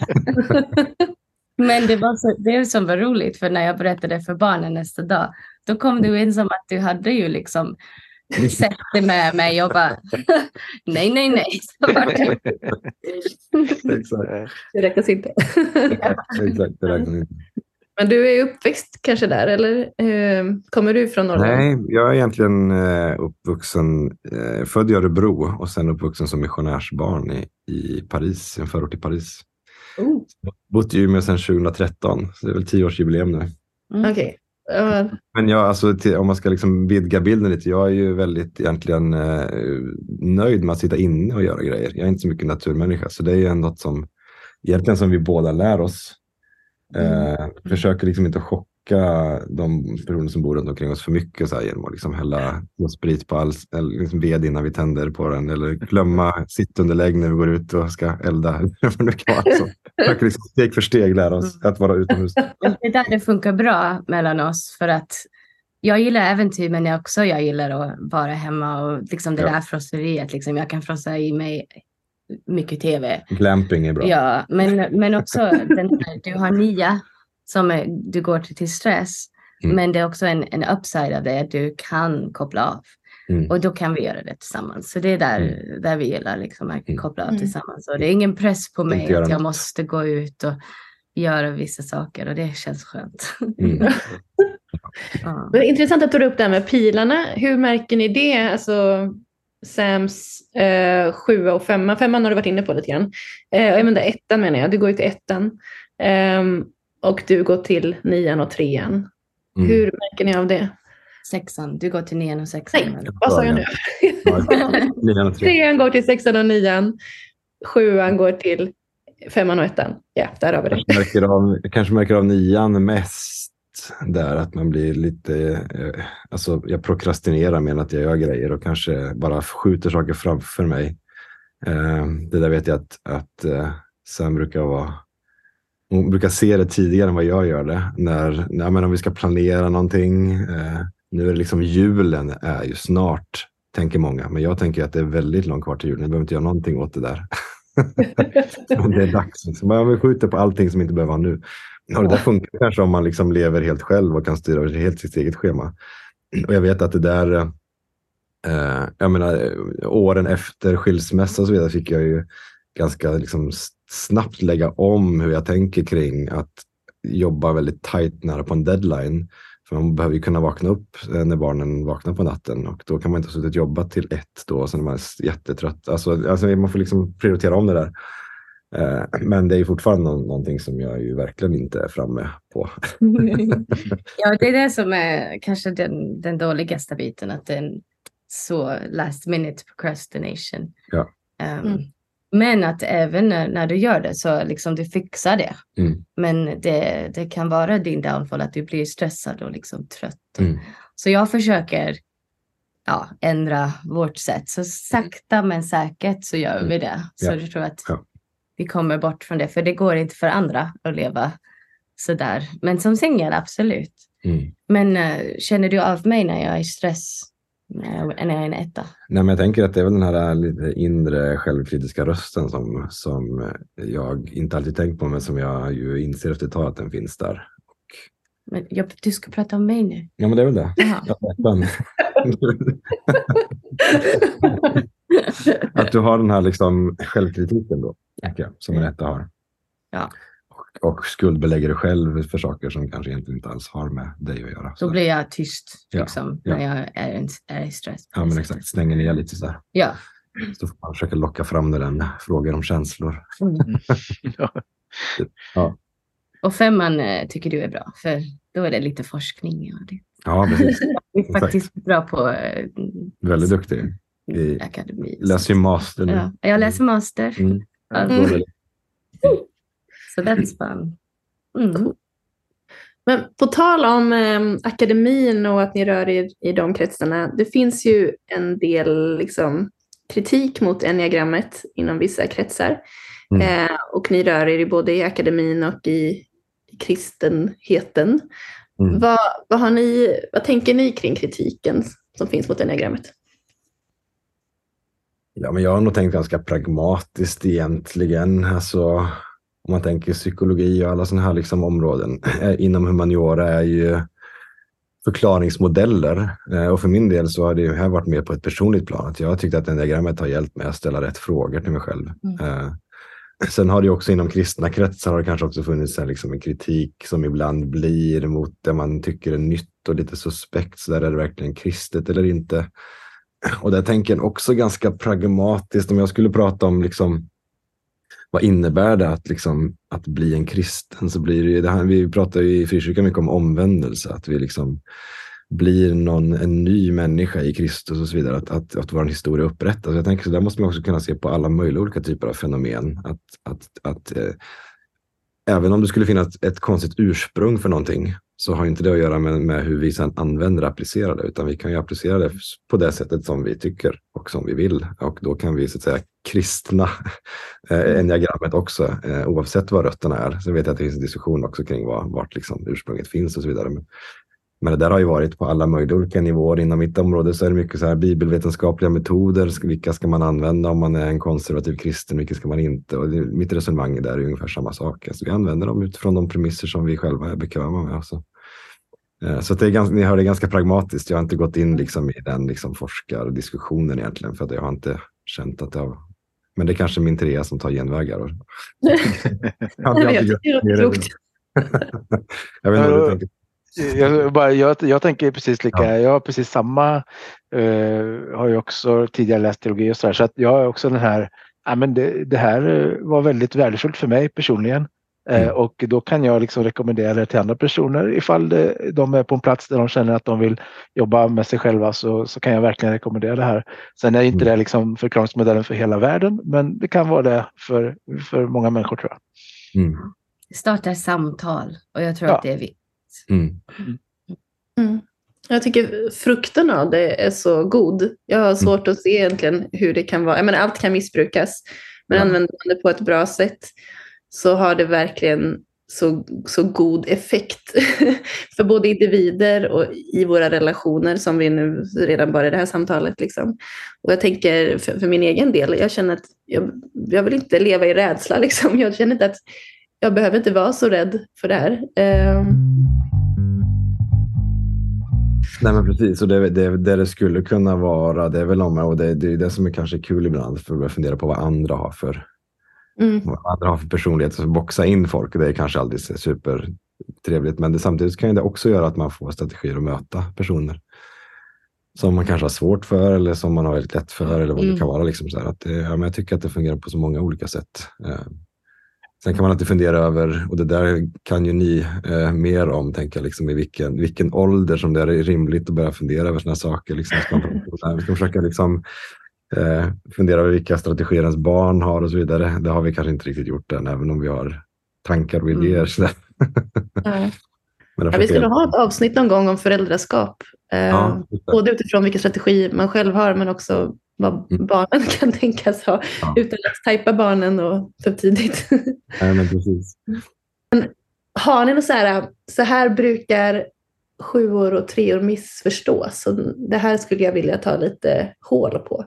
Men det som var roligt, för när jag berättade för barnen nästa dag, då kom du in som att du hade ju liksom sett det med mig och bara nej. Så var det.
Exakt.
Det räknas inte.
Exakt, det räknas inte.
Men du är uppväxt kanske där, eller kommer du från Norrland?
Nej, jag är egentligen uppvuxen, född i Örebro och sen uppvuxen som missionärsbarn i Paris, en förort i Paris. Bott i Umeå sedan 2013, så det är väl 10-årsjubileum nu.
Okej.
Men om man ska liksom vidga bilden lite, jag är ju väldigt egentligen nöjd med att sitta inne och göra grejer. Jag är inte så mycket naturmänniska, så det är ju något som egentligen som vi båda lär oss. Försöker liksom inte chocka de personer som bor runt omkring oss för mycket så här, genom att liksom hälla sprit på eller liksom ved innan vi tänder på den, eller glömma sittunderlägg när vi går ut och ska elda. Försöker liksom steg för steg lära oss att vara utomhus.
Det där det funkar bra mellan oss, för att jag gillar äventyr, men jag gillar att vara hemma och liksom det där frosseriet, liksom, jag kan frossa i mig mycket tv.
Glamping är bra.
Ja, men också du har Nia som du går till stress, men det är också en upside av det, att du kan koppla av. Och då kan vi göra det tillsammans. Så det är där vi gillar liksom, att koppla av tillsammans. Och det är ingen press på mig att jag måste gå ut och göra vissa saker, och det känns skönt.
Det är intressant att du tar upp det här med pilarna. Hur märker ni det? Alltså, Sams 7 och 5. 5 har du varit inne på lite grann. Jag menar 1 menar jag. Du går ju till 1. Och du går till 9 och 3. Hur märker ni av det?
6. Du går till 9 och 6.
Nej, vad sa jag nu? 3 går till 6 och 9. 7 går till 5 och 1. Ja, där har vi det.
Jag kanske märker av 9 mest där att man blir lite, alltså jag prokrastinerar med att jag gör grejer och kanske bara skjuter saker framför mig. Det där vet jag att Sam hon brukar se det tidigare än vad jag gör det. När om vi ska planera någonting, nu är det liksom julen är ju snart, tänker många. Men jag tänker att det är väldigt långt kvar till julen. Jag behöver inte göra någonting åt det där. Men det är dags. Så man skjuter på allting som inte behöver vara nu. Och det där funkar kanske om man liksom lever helt själv och kan styra helt sitt eget schema. Och jag vet att det där, jag menar, åren efter skilsmässa och så vidare fick jag ju ganska liksom snabbt lägga om hur jag tänker kring att jobba väldigt tajt nära på en deadline. För man behöver ju kunna vakna upp när barnen vaknar på natten och då kan man inte ha suttit jobba till 1 då och sen är man jättetrött. Alltså man får liksom prioritera om det där. Men det är ju fortfarande någonting som jag ju verkligen inte är framme på.
Ja, det är det som är kanske den dåligaste biten, att det är en så last minute procrastination.
Ja.
Men att även när du gör det så liksom du fixar det. Men det kan vara din downfall att du blir stressad och liksom trött. Så jag försöker ändra vårt sätt. Så sakta men säkert så gör vi det. Så jag tror att vi kommer bort från det. För det går inte för andra att leva sådär. Men som singel, absolut. Men känner du av mig när jag är i stress? När jag är en 1?
Nej, men jag tänker att det är väl den här lite inre självkritiska rösten som jag inte alltid tänkt på, men som jag ju inser efter ett tag att den finns där.
Men du ska prata om mig nu.
Ja, men det är väl det. Att du har den här liksom självkritiken då, som en 1 har.
Ja.
Och skuldbelägger dig själv för saker som kanske egentligen inte alls har med dig att göra.
Då blir jag tyst liksom, när jag är i stress.
Ja, men exakt. Stänger ner lite så där.
Ja.
Så får man försöka locka fram den frågan om känslor. Ja.
Och 5 tycker du är bra, för då är det lite forskning.
Ja, precis.
Jag är faktiskt bra på...
Väldigt duktig.
Akademi.
Läser ju master nu.
Ja, jag läser master. Så that's fun.
Cool. Men på tal om akademin och att ni rör er i de kretsarna. Det finns ju en del liksom, kritik mot enneagrammet inom vissa kretsar. Och ni rör er både i akademin och i kristenheten. Vad tänker ni kring kritiken som finns mot enneagrammet?
Ja, men jag har nog tänkt ganska pragmatiskt egentligen. Alltså, om man tänker psykologi och alla sådana här liksom områden inom humaniora är ju förklaringsmodeller. Och för min del så har det här varit mer på ett personligt plan. Att jag har tyckt att enneagrammet har hjälpt mig att ställa rätt frågor till mig själv. Sen har det också inom kristna kretsar har det kanske också funnits liksom en kritik som ibland blir mot det man tycker är nytt och lite suspekt. Så där är det verkligen kristet eller inte. Och där tänker jag också ganska pragmatiskt. Om jag skulle prata om liksom, vad innebär det att bli en kristen, så blir det här, vi pratar ju i frikyrkan mycket om omvändelse, att vi liksom blir en ny människa i Kristus och så vidare, att vår historia upprättas. Jag tänker så där måste man också kunna se på alla möjliga olika typer av fenomen, att även om det skulle finnas ett konstigt ursprung för någonting, så har inte det att göra med hur vi sedan använder och applicerar det, utan vi kan ju applicera det på det sättet som vi tycker och som vi vill. Och då kan vi så att säga kristna enneagrammet också, oavsett vad rötterna är. Så vet jag att det finns en diskussion också kring vart liksom ursprunget finns och så vidare. Men det där har ju varit på alla möjliga olika nivåer. Inom mitt område så är det mycket så här bibelvetenskapliga metoder. Vilka ska man använda om man är en konservativ kristen, vilka ska man inte? Och mitt resonemang där är ungefär samma sak. Alltså vi använder dem utifrån de premisser som vi själva är bekväma med. Alltså. Så att ni hör det ganska pragmatiskt. Jag har inte gått in liksom i den liksom forskardiskussionen egentligen, för att jag har inte känt att det har... Men det är kanske min trea som tar genvägar.
Jag tycker det är klokt.
Jag vet inte vad du tänker.
Jag tänker precis lika. Jag har precis samma. Har ju också tidigare läst teologi och så att jag har också den här. Men det här var väldigt värdefullt för mig personligen. Och då kan jag liksom rekommendera det till andra personer ifall de är på en plats där de känner att de vill jobba med sig själva, så kan jag verkligen rekommendera det här. Sen är inte det liksom förklaringsmodellen för hela världen, men det kan vara det för många människor, tror jag.
Starta samtal, och jag tror att det är viktigt.
Jag tycker frukten av det är så god. Jag har svårt att se egentligen hur det kan vara. Jag menar, allt kan missbrukas, men använder man det på ett bra sätt så har det verkligen så god effekt för både individer och i våra relationer, som vi nu redan bara i det här samtalet. Liksom. Och jag tänker för min egen del, jag känner att jag vill inte leva i rädsla. Liksom. Jag känner inte att jag behöver inte vara så rädd för det här.
Nej, men precis, och det skulle kunna vara, det är väl och det är det som är kanske kul ibland, för att fundera på vad andra har för personlighet, så boxa in folk, det är kanske aldrig supertrevligt, men samtidigt kan det också göra att man får strategier att möta personer som man kanske har svårt för, eller som man har väldigt lätt för, eller vad det kan vara. Liksom så här, att men jag tycker att det fungerar på så många olika sätt. Sen kan man alltid fundera över, och det där kan ju ni mer om, tänka liksom, i vilken ålder som det är rimligt att börja fundera över såna saker. Liksom, vi ska försöka liksom, fundera över vilka strategier ens barn har och så vidare. Det har vi kanske inte riktigt gjort än, även om vi har tankar och idéer. Men
vi skulle ha ett avsnitt någon gång om föräldraskap. Både utifrån vilka strategier man själv har, men också vad barnen kan tänkas ha, utan att tajpa barnen och för tidigt.
Nej, men precis.
Men har ni något så här brukar 7-år och 3-år missförstås, så det här skulle jag vilja ta lite hål på.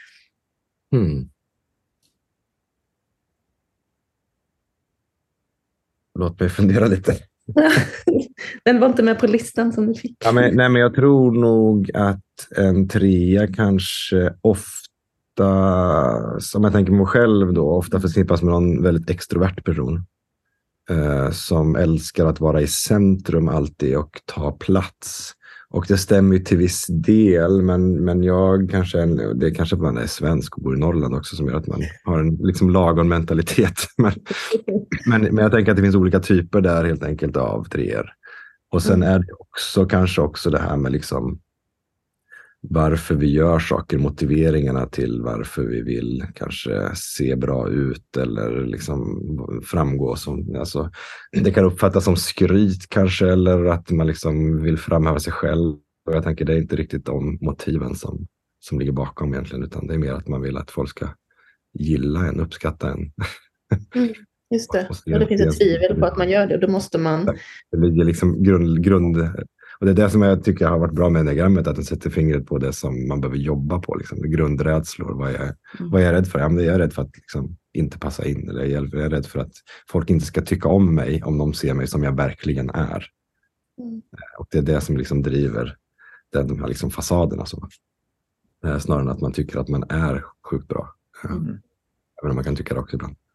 Låt mig fundera lite.
Den var inte med på listan som du fick.
Men jag tror nog att en 3 kanske ofta, som jag tänker mig själv då, ofta förknippas med någon väldigt extrovert person. Som älskar att vara i centrum alltid och ta plats. Och det stämmer ju till viss del, men jag kanske, det är kanske man är svensk och bor i Norrland också, som gör att man har en liksom lagom mentalitet. Men jag tänker att det finns olika typer där helt enkelt av 3:or. Och sen är det också kanske också det här med liksom varför vi gör saker, motiveringarna till varför vi vill kanske se bra ut eller liksom framgå som, alltså, det kan uppfattas som skryt kanske, eller att man liksom vill framhäva sig själv, och jag tänker det är inte riktigt de motiven som ligger bakom egentligen, utan det är mer att man vill att folk ska gilla en, uppskatta en.
Just det, och det finns ett tvivel på att man gör det, och då måste man...
Det ligger liksom grund. Och det är det som jag tycker har varit bra med enneagrammet, att den sätter fingret på det som man behöver jobba på. Liksom. Grundrädslor. Vad är jag rädd för? Ja, men jag är rädd för att liksom inte passa in. Eller jag är rädd för att folk inte ska tycka om mig om de ser mig som jag verkligen är. Och det är det som liksom driver de här liksom fasaderna. Så. Snarare än att man tycker att man är sjukt bra. Även om man kan tycka det också ibland.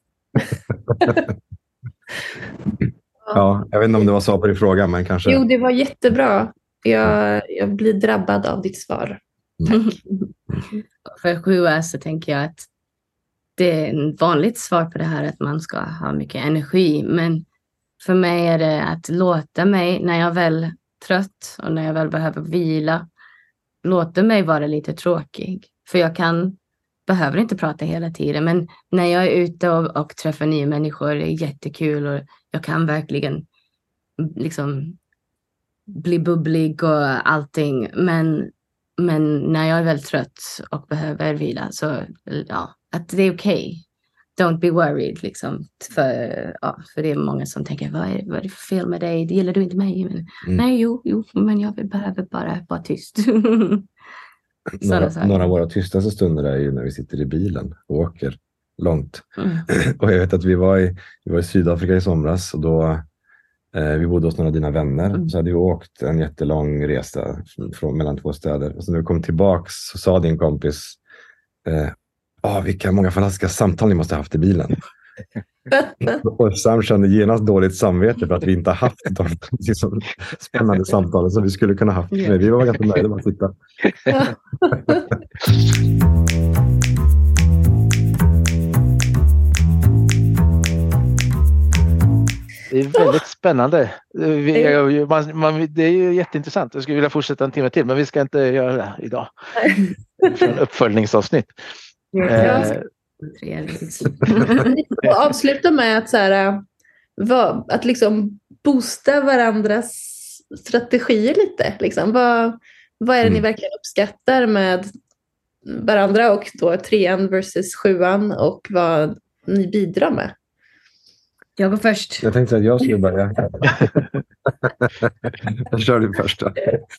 Ja, jag vet inte om det var så på din fråga, men kanske...
Jo, det var jättebra. Jag blir drabbad av ditt svar. Tack.
För 7 så tänker jag att det är en vanligt svar på det här, att man ska ha mycket energi. Men för mig är det att låta mig, när jag väl trött och när jag väl behöver vila, låta mig vara lite tråkig. För jag behöver inte prata hela tiden, men när jag är ute och träffar nya människor, det är jättekul, och jag kan verkligen liksom bli bubblig och allting, men när jag är väldigt trött och behöver vila, så att det är okej. Don't be worried liksom, för det är många som tänker, vad är det för fel med dig, det gillar du inte mig, men nej, jo, men jag behöver bara vara tyst.
Några av våra tystaste stunder är ju när vi sitter i bilen och åker långt. Och jag vet att vi var i Sydafrika i somras, och då vi bodde hos några av dina vänner. Så hade vi åkt en jättelång resa mellan 2 städer. Och så när vi kom tillbaks så sa din kompis vilka många fantastiska samtal ni måste ha haft i bilen. Och Sam kände genast dåligt samvete för att vi inte har haft de liksom, spännande samtalen som vi skulle kunna haft. Men vi var ganska nöjda med att sitta.
Det är väldigt spännande. Det är ju jätteintressant. Jag skulle vilja fortsätta en timme till, men vi ska inte göra det idag. Från uppföljningsavsnitt.
Och avsluta med att, så här, att liksom boosta varandras strategier lite. Liksom. Vad är det ni verkligen uppskattar med varandra och då 3:an versus 7:an och vad ni bidrar med?
Jag går först.
Jag tänkte att jag skulle börja. Jag kör du först då.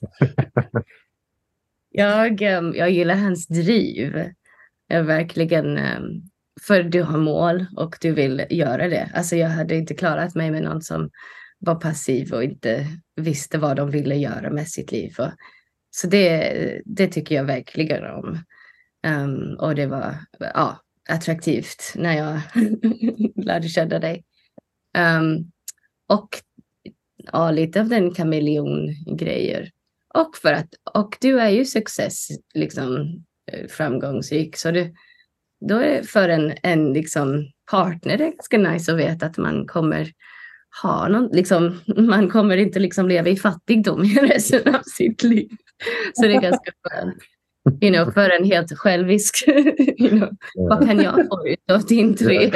Jag gillar hans driv. Jag verkligen, för du har mål och du vill göra det. Alltså jag hade inte klarat mig med någon som var passiv och inte visste vad de ville göra med sitt liv. Så det tycker jag verkligen om. Och det var attraktivt när jag lärde känna dig. Och lite av den kameleon-grejer. Och du är ju success, liksom framgångsrik. Så då är för en liksom partner det är ganska nice att veta att man kommer ha någon, liksom, man kommer inte liksom leva i fattigdom i resten av sitt liv. Så det är ganska skönt. För en helt självisk, vad kan jag få ut av din 3?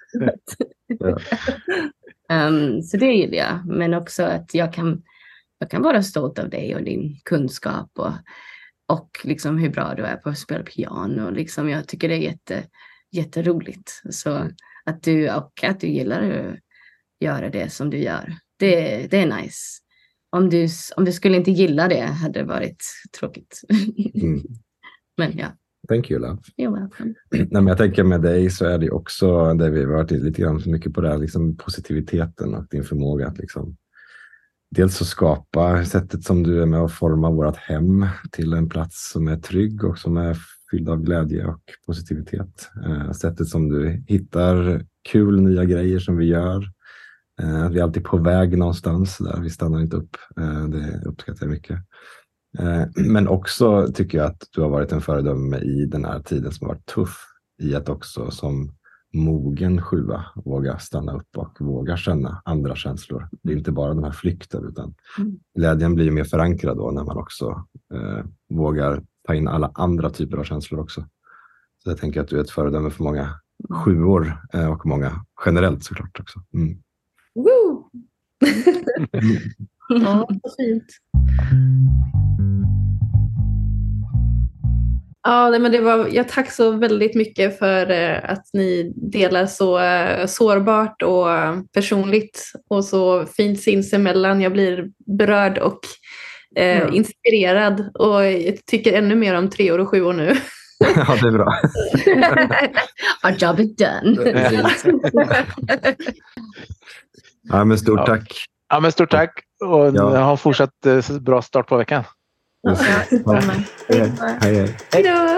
Så det gillar jag. Men också att jag kan vara stolt av dig och din kunskap och liksom hur bra du är på att spela piano. Liksom, jag tycker det är jätteroligt. Så att du gillar att göra det som du gör. Det är nice. Om du skulle inte gilla det hade det varit tråkigt. Men ja.
Thank you, love.
You're welcome.
Nej, men jag tänker med dig så är det också där vi har varit lite grann så mycket på det här, liksom positiviteten och din förmåga att liksom dels att skapa sättet som du är med att forma vårt hem till en plats som är trygg och som är fylld av glädje och positivitet. Sättet som du hittar kul nya grejer som vi gör. Vi är alltid på väg någonstans där, vi stannar inte upp. Det uppskattar jag mycket. Men också tycker jag att du har varit en föredöme i den här tiden som har varit tuff, i att också som mogen 7:a våga stanna upp och våga känna andra känslor. Det är inte bara den här flykten, utan glädjen blir mer förankrad då när man också vågar ta in alla andra typer av känslor också. Så jag tänker att du är ett föredöme för många 7:or och många generellt såklart också.
Woo! Ja, så fint. Ja, men jag tack så väldigt mycket för att ni delar så sårbart och personligt och så fint sinsemellan. Jag blir berörd och inspirerad och jag tycker ännu mer om 3:or och 7:or nu.
Ja, det är bra.
Our job is done.
Ja, men stort tack.
Ja, men stort tack och ha en fortsatt bra start på veckan.
Ja. Hej.
Hej då!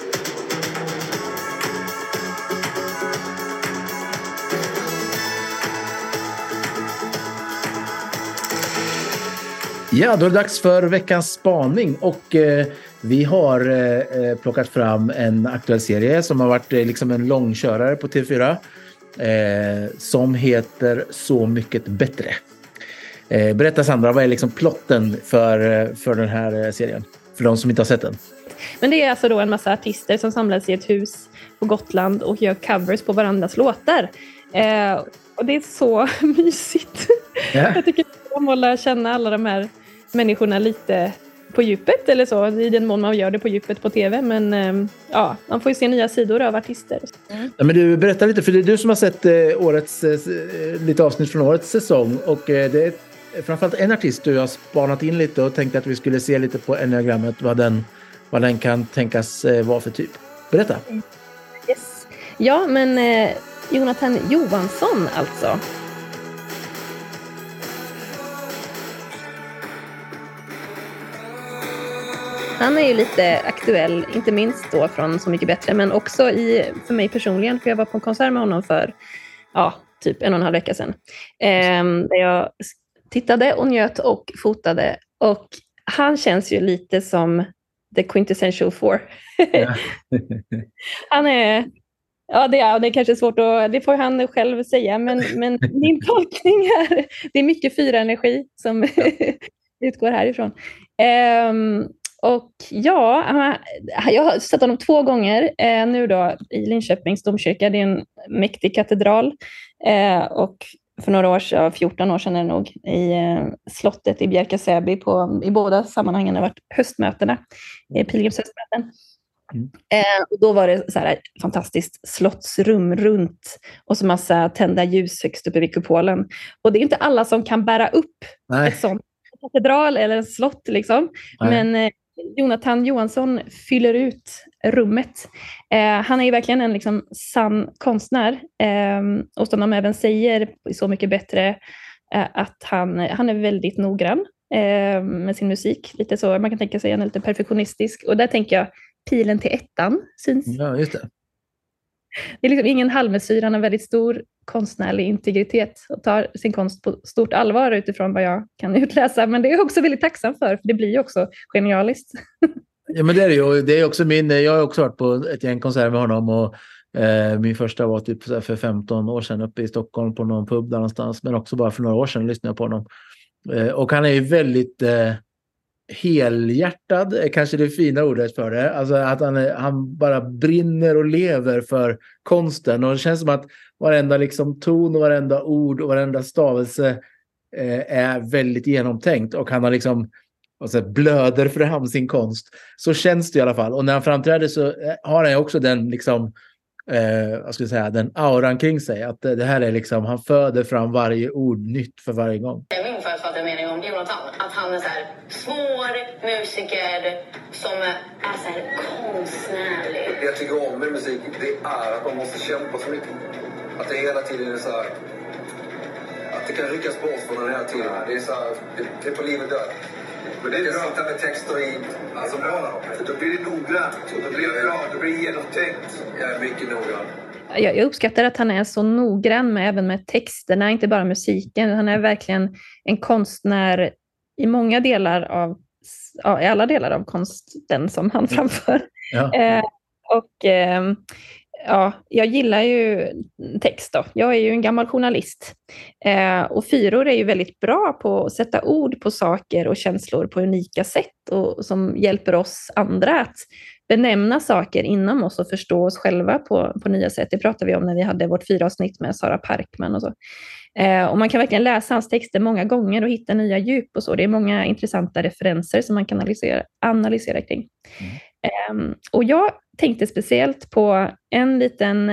Ja, då är det dags för veckans spaning och vi har plockat fram en aktuell serie som har varit liksom en långkörare på TV4 som heter Så mycket bättre. Berätta Sandra, vad är liksom plotten för den här serien? För de som inte har sett den.
Men det är alltså då en massa artister som samlas i ett hus på Gotland och gör covers på varandras låtar. Och det är så mysigt. Ja. Jag tycker att man lär känna alla de här människorna lite på djupet eller så. I den mån man gör det på djupet på tv. Men man får ju se nya sidor av artister.
Ja, men du berättar lite, för det är du som har sett lite avsnitt från årets säsong. Och det är framförallt en artist du har spanat in lite och tänkte att vi skulle se lite på enneagrammet vad den kan tänkas vara för typ. Berätta.
Yes. Ja, men Jonathan Johansson alltså. Han är ju lite aktuell, inte minst då från Så mycket bättre, men också för mig personligen, för jag var på en konsert med honom för typ 1,5 vecka sedan. Där jag tittade och njöt och fotade. Och han känns ju lite som the quintessential four. Han är... Ja, det är kanske svårt att... Det får han själv säga. Men min tolkning är... Det är mycket 4-energi som utgår härifrån. Och ja, jag har sett honom 2 gånger nu då i Linköpings domkyrka. Det är en mäktig katedral. Och för några år sedan, 14 år sedan är det nog, i slottet i Bjärka-Säby i båda sammanhangen har varit höstmötena, pilgrimshöstmöten. Och då var det så här fantastiskt slottsrum runt och så massa tända ljus högst uppe vid kupolen. Och det är inte alla som kan bära upp ett sånt katedral eller en slott liksom. Men Jonathan Johansson fyller ut rummet. Han är ju verkligen en liksom sann konstnär. Och som de även säger Så mycket bättre, att han är väldigt noggrann med sin musik. Lite så, man kan tänka sig, han är lite perfektionistisk. Och där tänker jag pilen till 1:an syns.
Ja, just det.
Det är liksom ingen halvmesyr, han har väldigt stor konstnärlig integritet och tar sin konst på stort allvar utifrån vad jag kan utläsa. Men det är jag också väldigt tacksam för det blir ju också genialiskt.
Ja, men det är det ju. Det är också jag har också varit på ett gäng konserter med honom och min första var typ för 15 år sedan uppe i Stockholm på någon pub där någonstans. Men också bara för några år sedan lyssnade jag på honom. Och han är ju väldigt helhjärtad, kanske det fina ordet för det. Alltså att han bara brinner och lever för konsten. Och det känns som att varenda liksom ton och varenda ord och varenda stavelse är väldigt genomtänkt. Och han har liksom blöder fram sin konst. Så känns det i alla fall. Och när han framträder så har han också den liksom vad ska jag säga, den auran kring sig. Att det här är liksom, han föder fram varje ord nytt för varje gång.
Det är min förutfattade mening om Jonathan. Att han är så här svår musiker som är så här konstnärlig.
Det jag tycker om med musik, det är att man måste kämpa så mycket. Att det hela tiden är så här, att det kan ryckas bort från den här tiden. Det är så här, det är på liv och död. Men det är att sitta med texter i, alltså bara. Då blir det noggrant. Då blir det bra, då blir det genomtänkt. Jag är mycket noggrann.
Jag uppskattar att han är så noggrann även med texterna, inte bara musiken. Han är verkligen en konstnär i många delar av, i alla delar av konsten som han framför. Ja. Jag gillar ju text då. Jag är ju en gammal journalist. Och 4:or är ju väldigt bra på att sätta ord på saker och känslor på unika sätt. Och som hjälper oss andra att benämna saker inom oss och förstå oss själva på nya sätt. Det pratade vi om när vi hade vårt 4-avsnitt med Sara Parkman och så. Och man kan verkligen läsa hans texter många gånger och hitta nya djup och så. Det är många intressanta referenser som man kan analysera kring. Och jag tänkte speciellt på en liten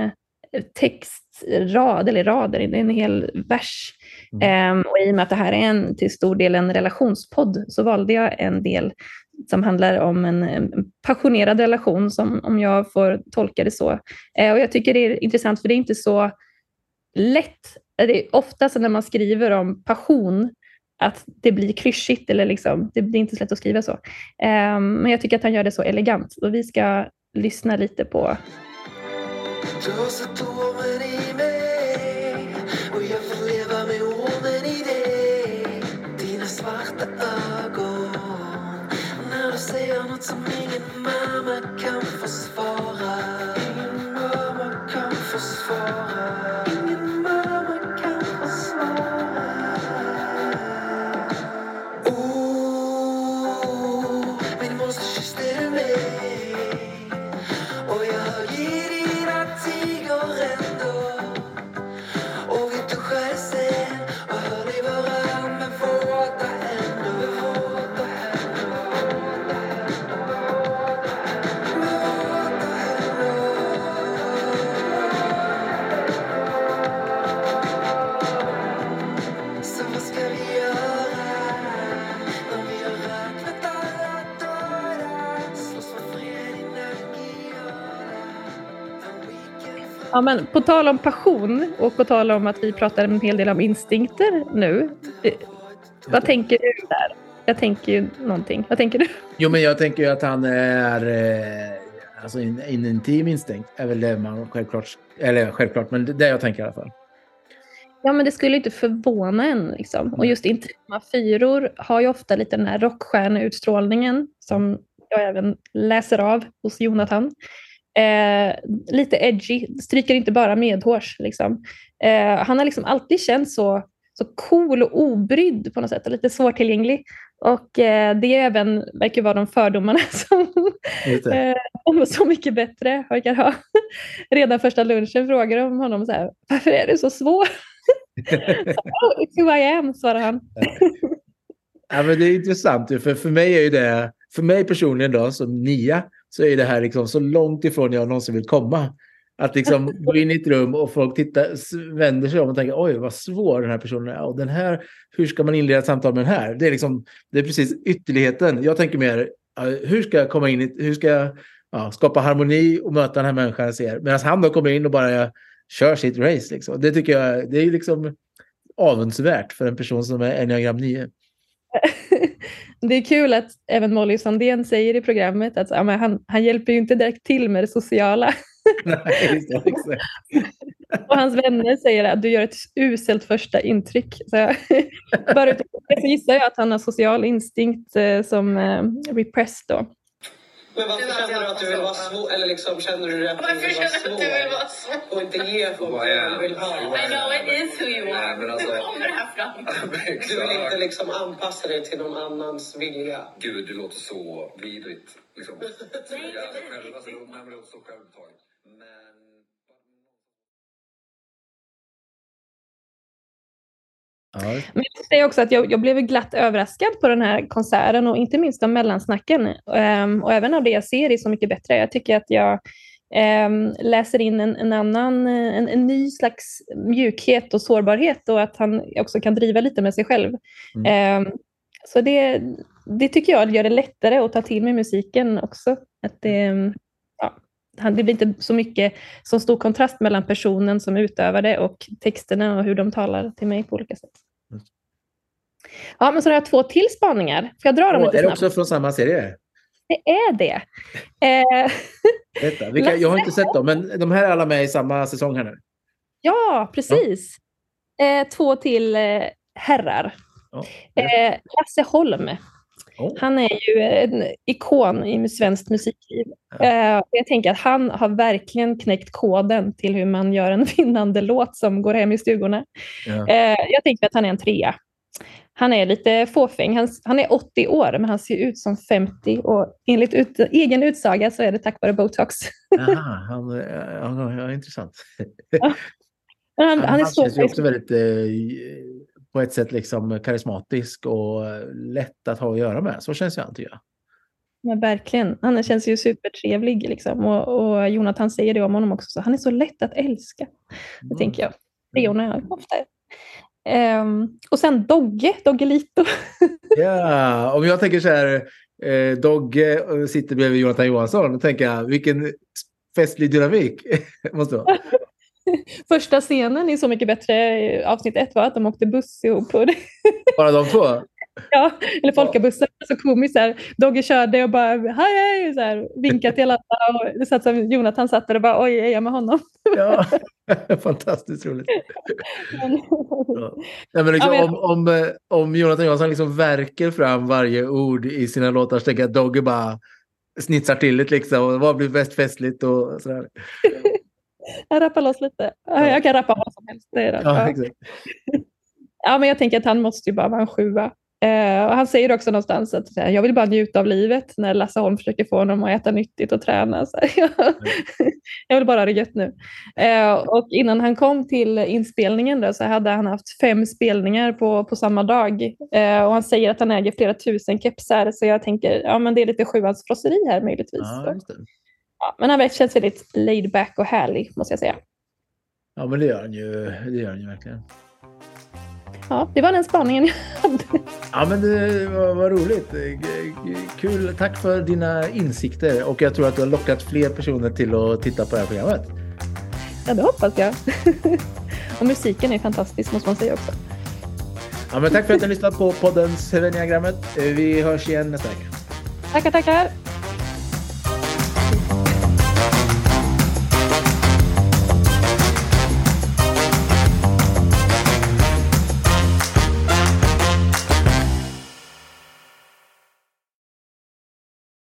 textrad, eller rader, det är en hel vers. Och i och med att det här är till stor del en relationspodd så valde jag en del som handlar om en passionerad relation, som om jag får tolka det så. Och jag tycker det är intressant för det är inte så lätt. Det är ofta så när man skriver om passion att det blir klyschigt eller liksom, det blir inte så lätt att skriva så. Men jag tycker att han gör det så elegant och vi ska lyssna lite på.
Du har satt ormen i mig och jag får leva med ormen i dig. Dina svarta ögon när du säger något som ingen mamma kan försvara. Ingen mamma kan försvara. Ingen mamma kan försvara. Min monster kysste mig och jag hör i dina tiger ändå. Och vi duschade sen och hörde i varann med våta händer. Så vad ska vi göra när vi har räknat alla dagar? Slåss för fred i Nagiola.
Ja, men på tal om passion och på tal om att vi pratar en hel del om instinkter nu. Vad tänker du där? Jag tänker ju någonting. Vad tänker du?
Jo, men jag tänker ju att han är alltså en intim instinkt är väl det man självklart, men det jag tänker i alla fall.
Ja, men det skulle inte förvåna en. Liksom. Och just Intima fyror har ju ofta lite den här rockstjärneutstrålningen som jag även läser av hos Jonathan. Lite edgy, stryker inte bara medhårs. Liksom. Han har liksom alltid känts så cool och obrydd på något sätt och lite svårtillgänglig. Och det är även, verkar vara de fördomarna som Så mycket bättre verkar ha. Redan första lunchen frågar de honom så här, varför är du så svår? It's who I am, svarar han.
Ja, men det är intressant, för mig är ju det, för mig personligen då, som nia, så är det här liksom så långt ifrån jag någonsin vill komma. Att liksom gå in i ett rum och folk vänder sig om och tänker, oj vad svår den här personen är. Och den här, hur ska man inleda ett samtal med den här? Det är precis ytterligheten. Jag tänker mer, hur ska jag komma in hur ska jag skapa harmoni och möta den här människan jag ser. Medan han då kommer in och bara kör sitt race. Liksom. Det tycker jag, det är liksom avundsvärt för en person som är enneagram 9.
Det är kul att även Molly Sandén säger i programmet att han hjälper ju inte direkt till med det sociala.
Nej, exakt.
Och hans vänner säger att du gör ett uselt första intryck. Så bara så gissar jag att han har social instinkt som repressed då.
Men varför känner du att du vill vara svår? Eller liksom, känner du att du vill vara svår? Och inte ge folk vad du vill ha?
I know it is who you are.
Men alltså,
kommer det här fram?
Du vill inte liksom anpassa dig till någon annans vilja?
Gud, du låter så vidrigt. Liksom. Det låter så självtaget.
Men jag säger också att jag blev glatt överraskad på den här konserten och inte minst av mellansnacken och även av det jag ser i Så mycket bättre. Jag tycker att jag läser in en ny slags mjukhet och sårbarhet och att han också kan driva lite med sig själv. Så det tycker jag gör det lättare att ta till med musiken också. Att det blir inte så mycket så stor kontrast mellan personen som utövar det och texterna och hur de talar till mig på olika sätt. Ja, men så har jag 2 till spaningar. Får jag dra dem lite snabbt?
Är det också från samma serie?
Det är det.
Jag har inte sett dem, men de här är alla med i samma säsong här nu.
Ja, precis. 2 till herrar. Lasse Holm. Han är ju en ikon i svenskt musikliv. Jag tänker att han har verkligen knäckt koden till hur man gör en vinnande låt som går hem i stugorna. Jag tänker att han är en 3. Han är lite fåfäng. Han är 80 år, men han ser ut som 50. Och enligt egen utsaga så är det tack vare Botox.
Jaha, intressant.
Han är så
känns ju också väldigt på ett sätt liksom karismatisk och lätt att ha att göra med. Så känns ju han, tycker jag.
Men verkligen. Han känns ju supertrevlig liksom. Och Jonathan säger det om honom också. Så han är så lätt att älska. Det tänker jag. Det är jag ofta. Och sen Doggelito.
Ja, om jag tänker så här, Dogge sitter bredvid Jonathan Johansson, då tänker jag, vilken festlig dynamik måste vara.
Första scenen i Så mycket bättre avsnitt 1 var att de åkte buss ihop.
Bara de 2?
Ja, eller folkabussen. Så komiskt där. Dogge körde och bara hej, så här, vinkat till alla. Och det satt som Jonathan satt där och bara oj, är jag med honom?
Ja, fantastiskt roligt. Ja, men liksom, om Jonathan Johansson liksom verkar fram varje ord i sina låtar, så tänker jag att Dogge bara snitsar till det liksom. Och vad blir bäst festligt och sådär.
Jag rappar loss lite. Jag kan rappa vad som helst. Det är det.
Ja, exakt.
Ja, men jag tänker att han måste ju bara vara en 7. Och han säger också någonstans att jag vill bara njuta av livet när Lasse Holm försöker få honom att äta nyttigt och träna. Så jag vill bara ha det gött nu. Och innan han kom till inspelningen då, så hade han haft 5 spelningar på samma dag. Och han säger att han äger flera tusen kepsar. Så jag tänker, men det är lite 7ans frosseri här möjligtvis.
Ja, just det.
Ja, men han känns väldigt laid back och härlig, måste jag säga.
Ja, men det gör han ju verkligen.
Ja, det var den spaningen jag hade.
Ja, men det var roligt. Kul. Tack för dina insikter. Och jag tror att du har lockat fler personer till att titta på det här programmet.
Ja, det hoppas jag. Och musiken är fantastisk, måste man säga också.
Ja, men tack för att ni har lyssnat på podden Enneagrammet. Vi hörs igen nästa vecka.
Tackar.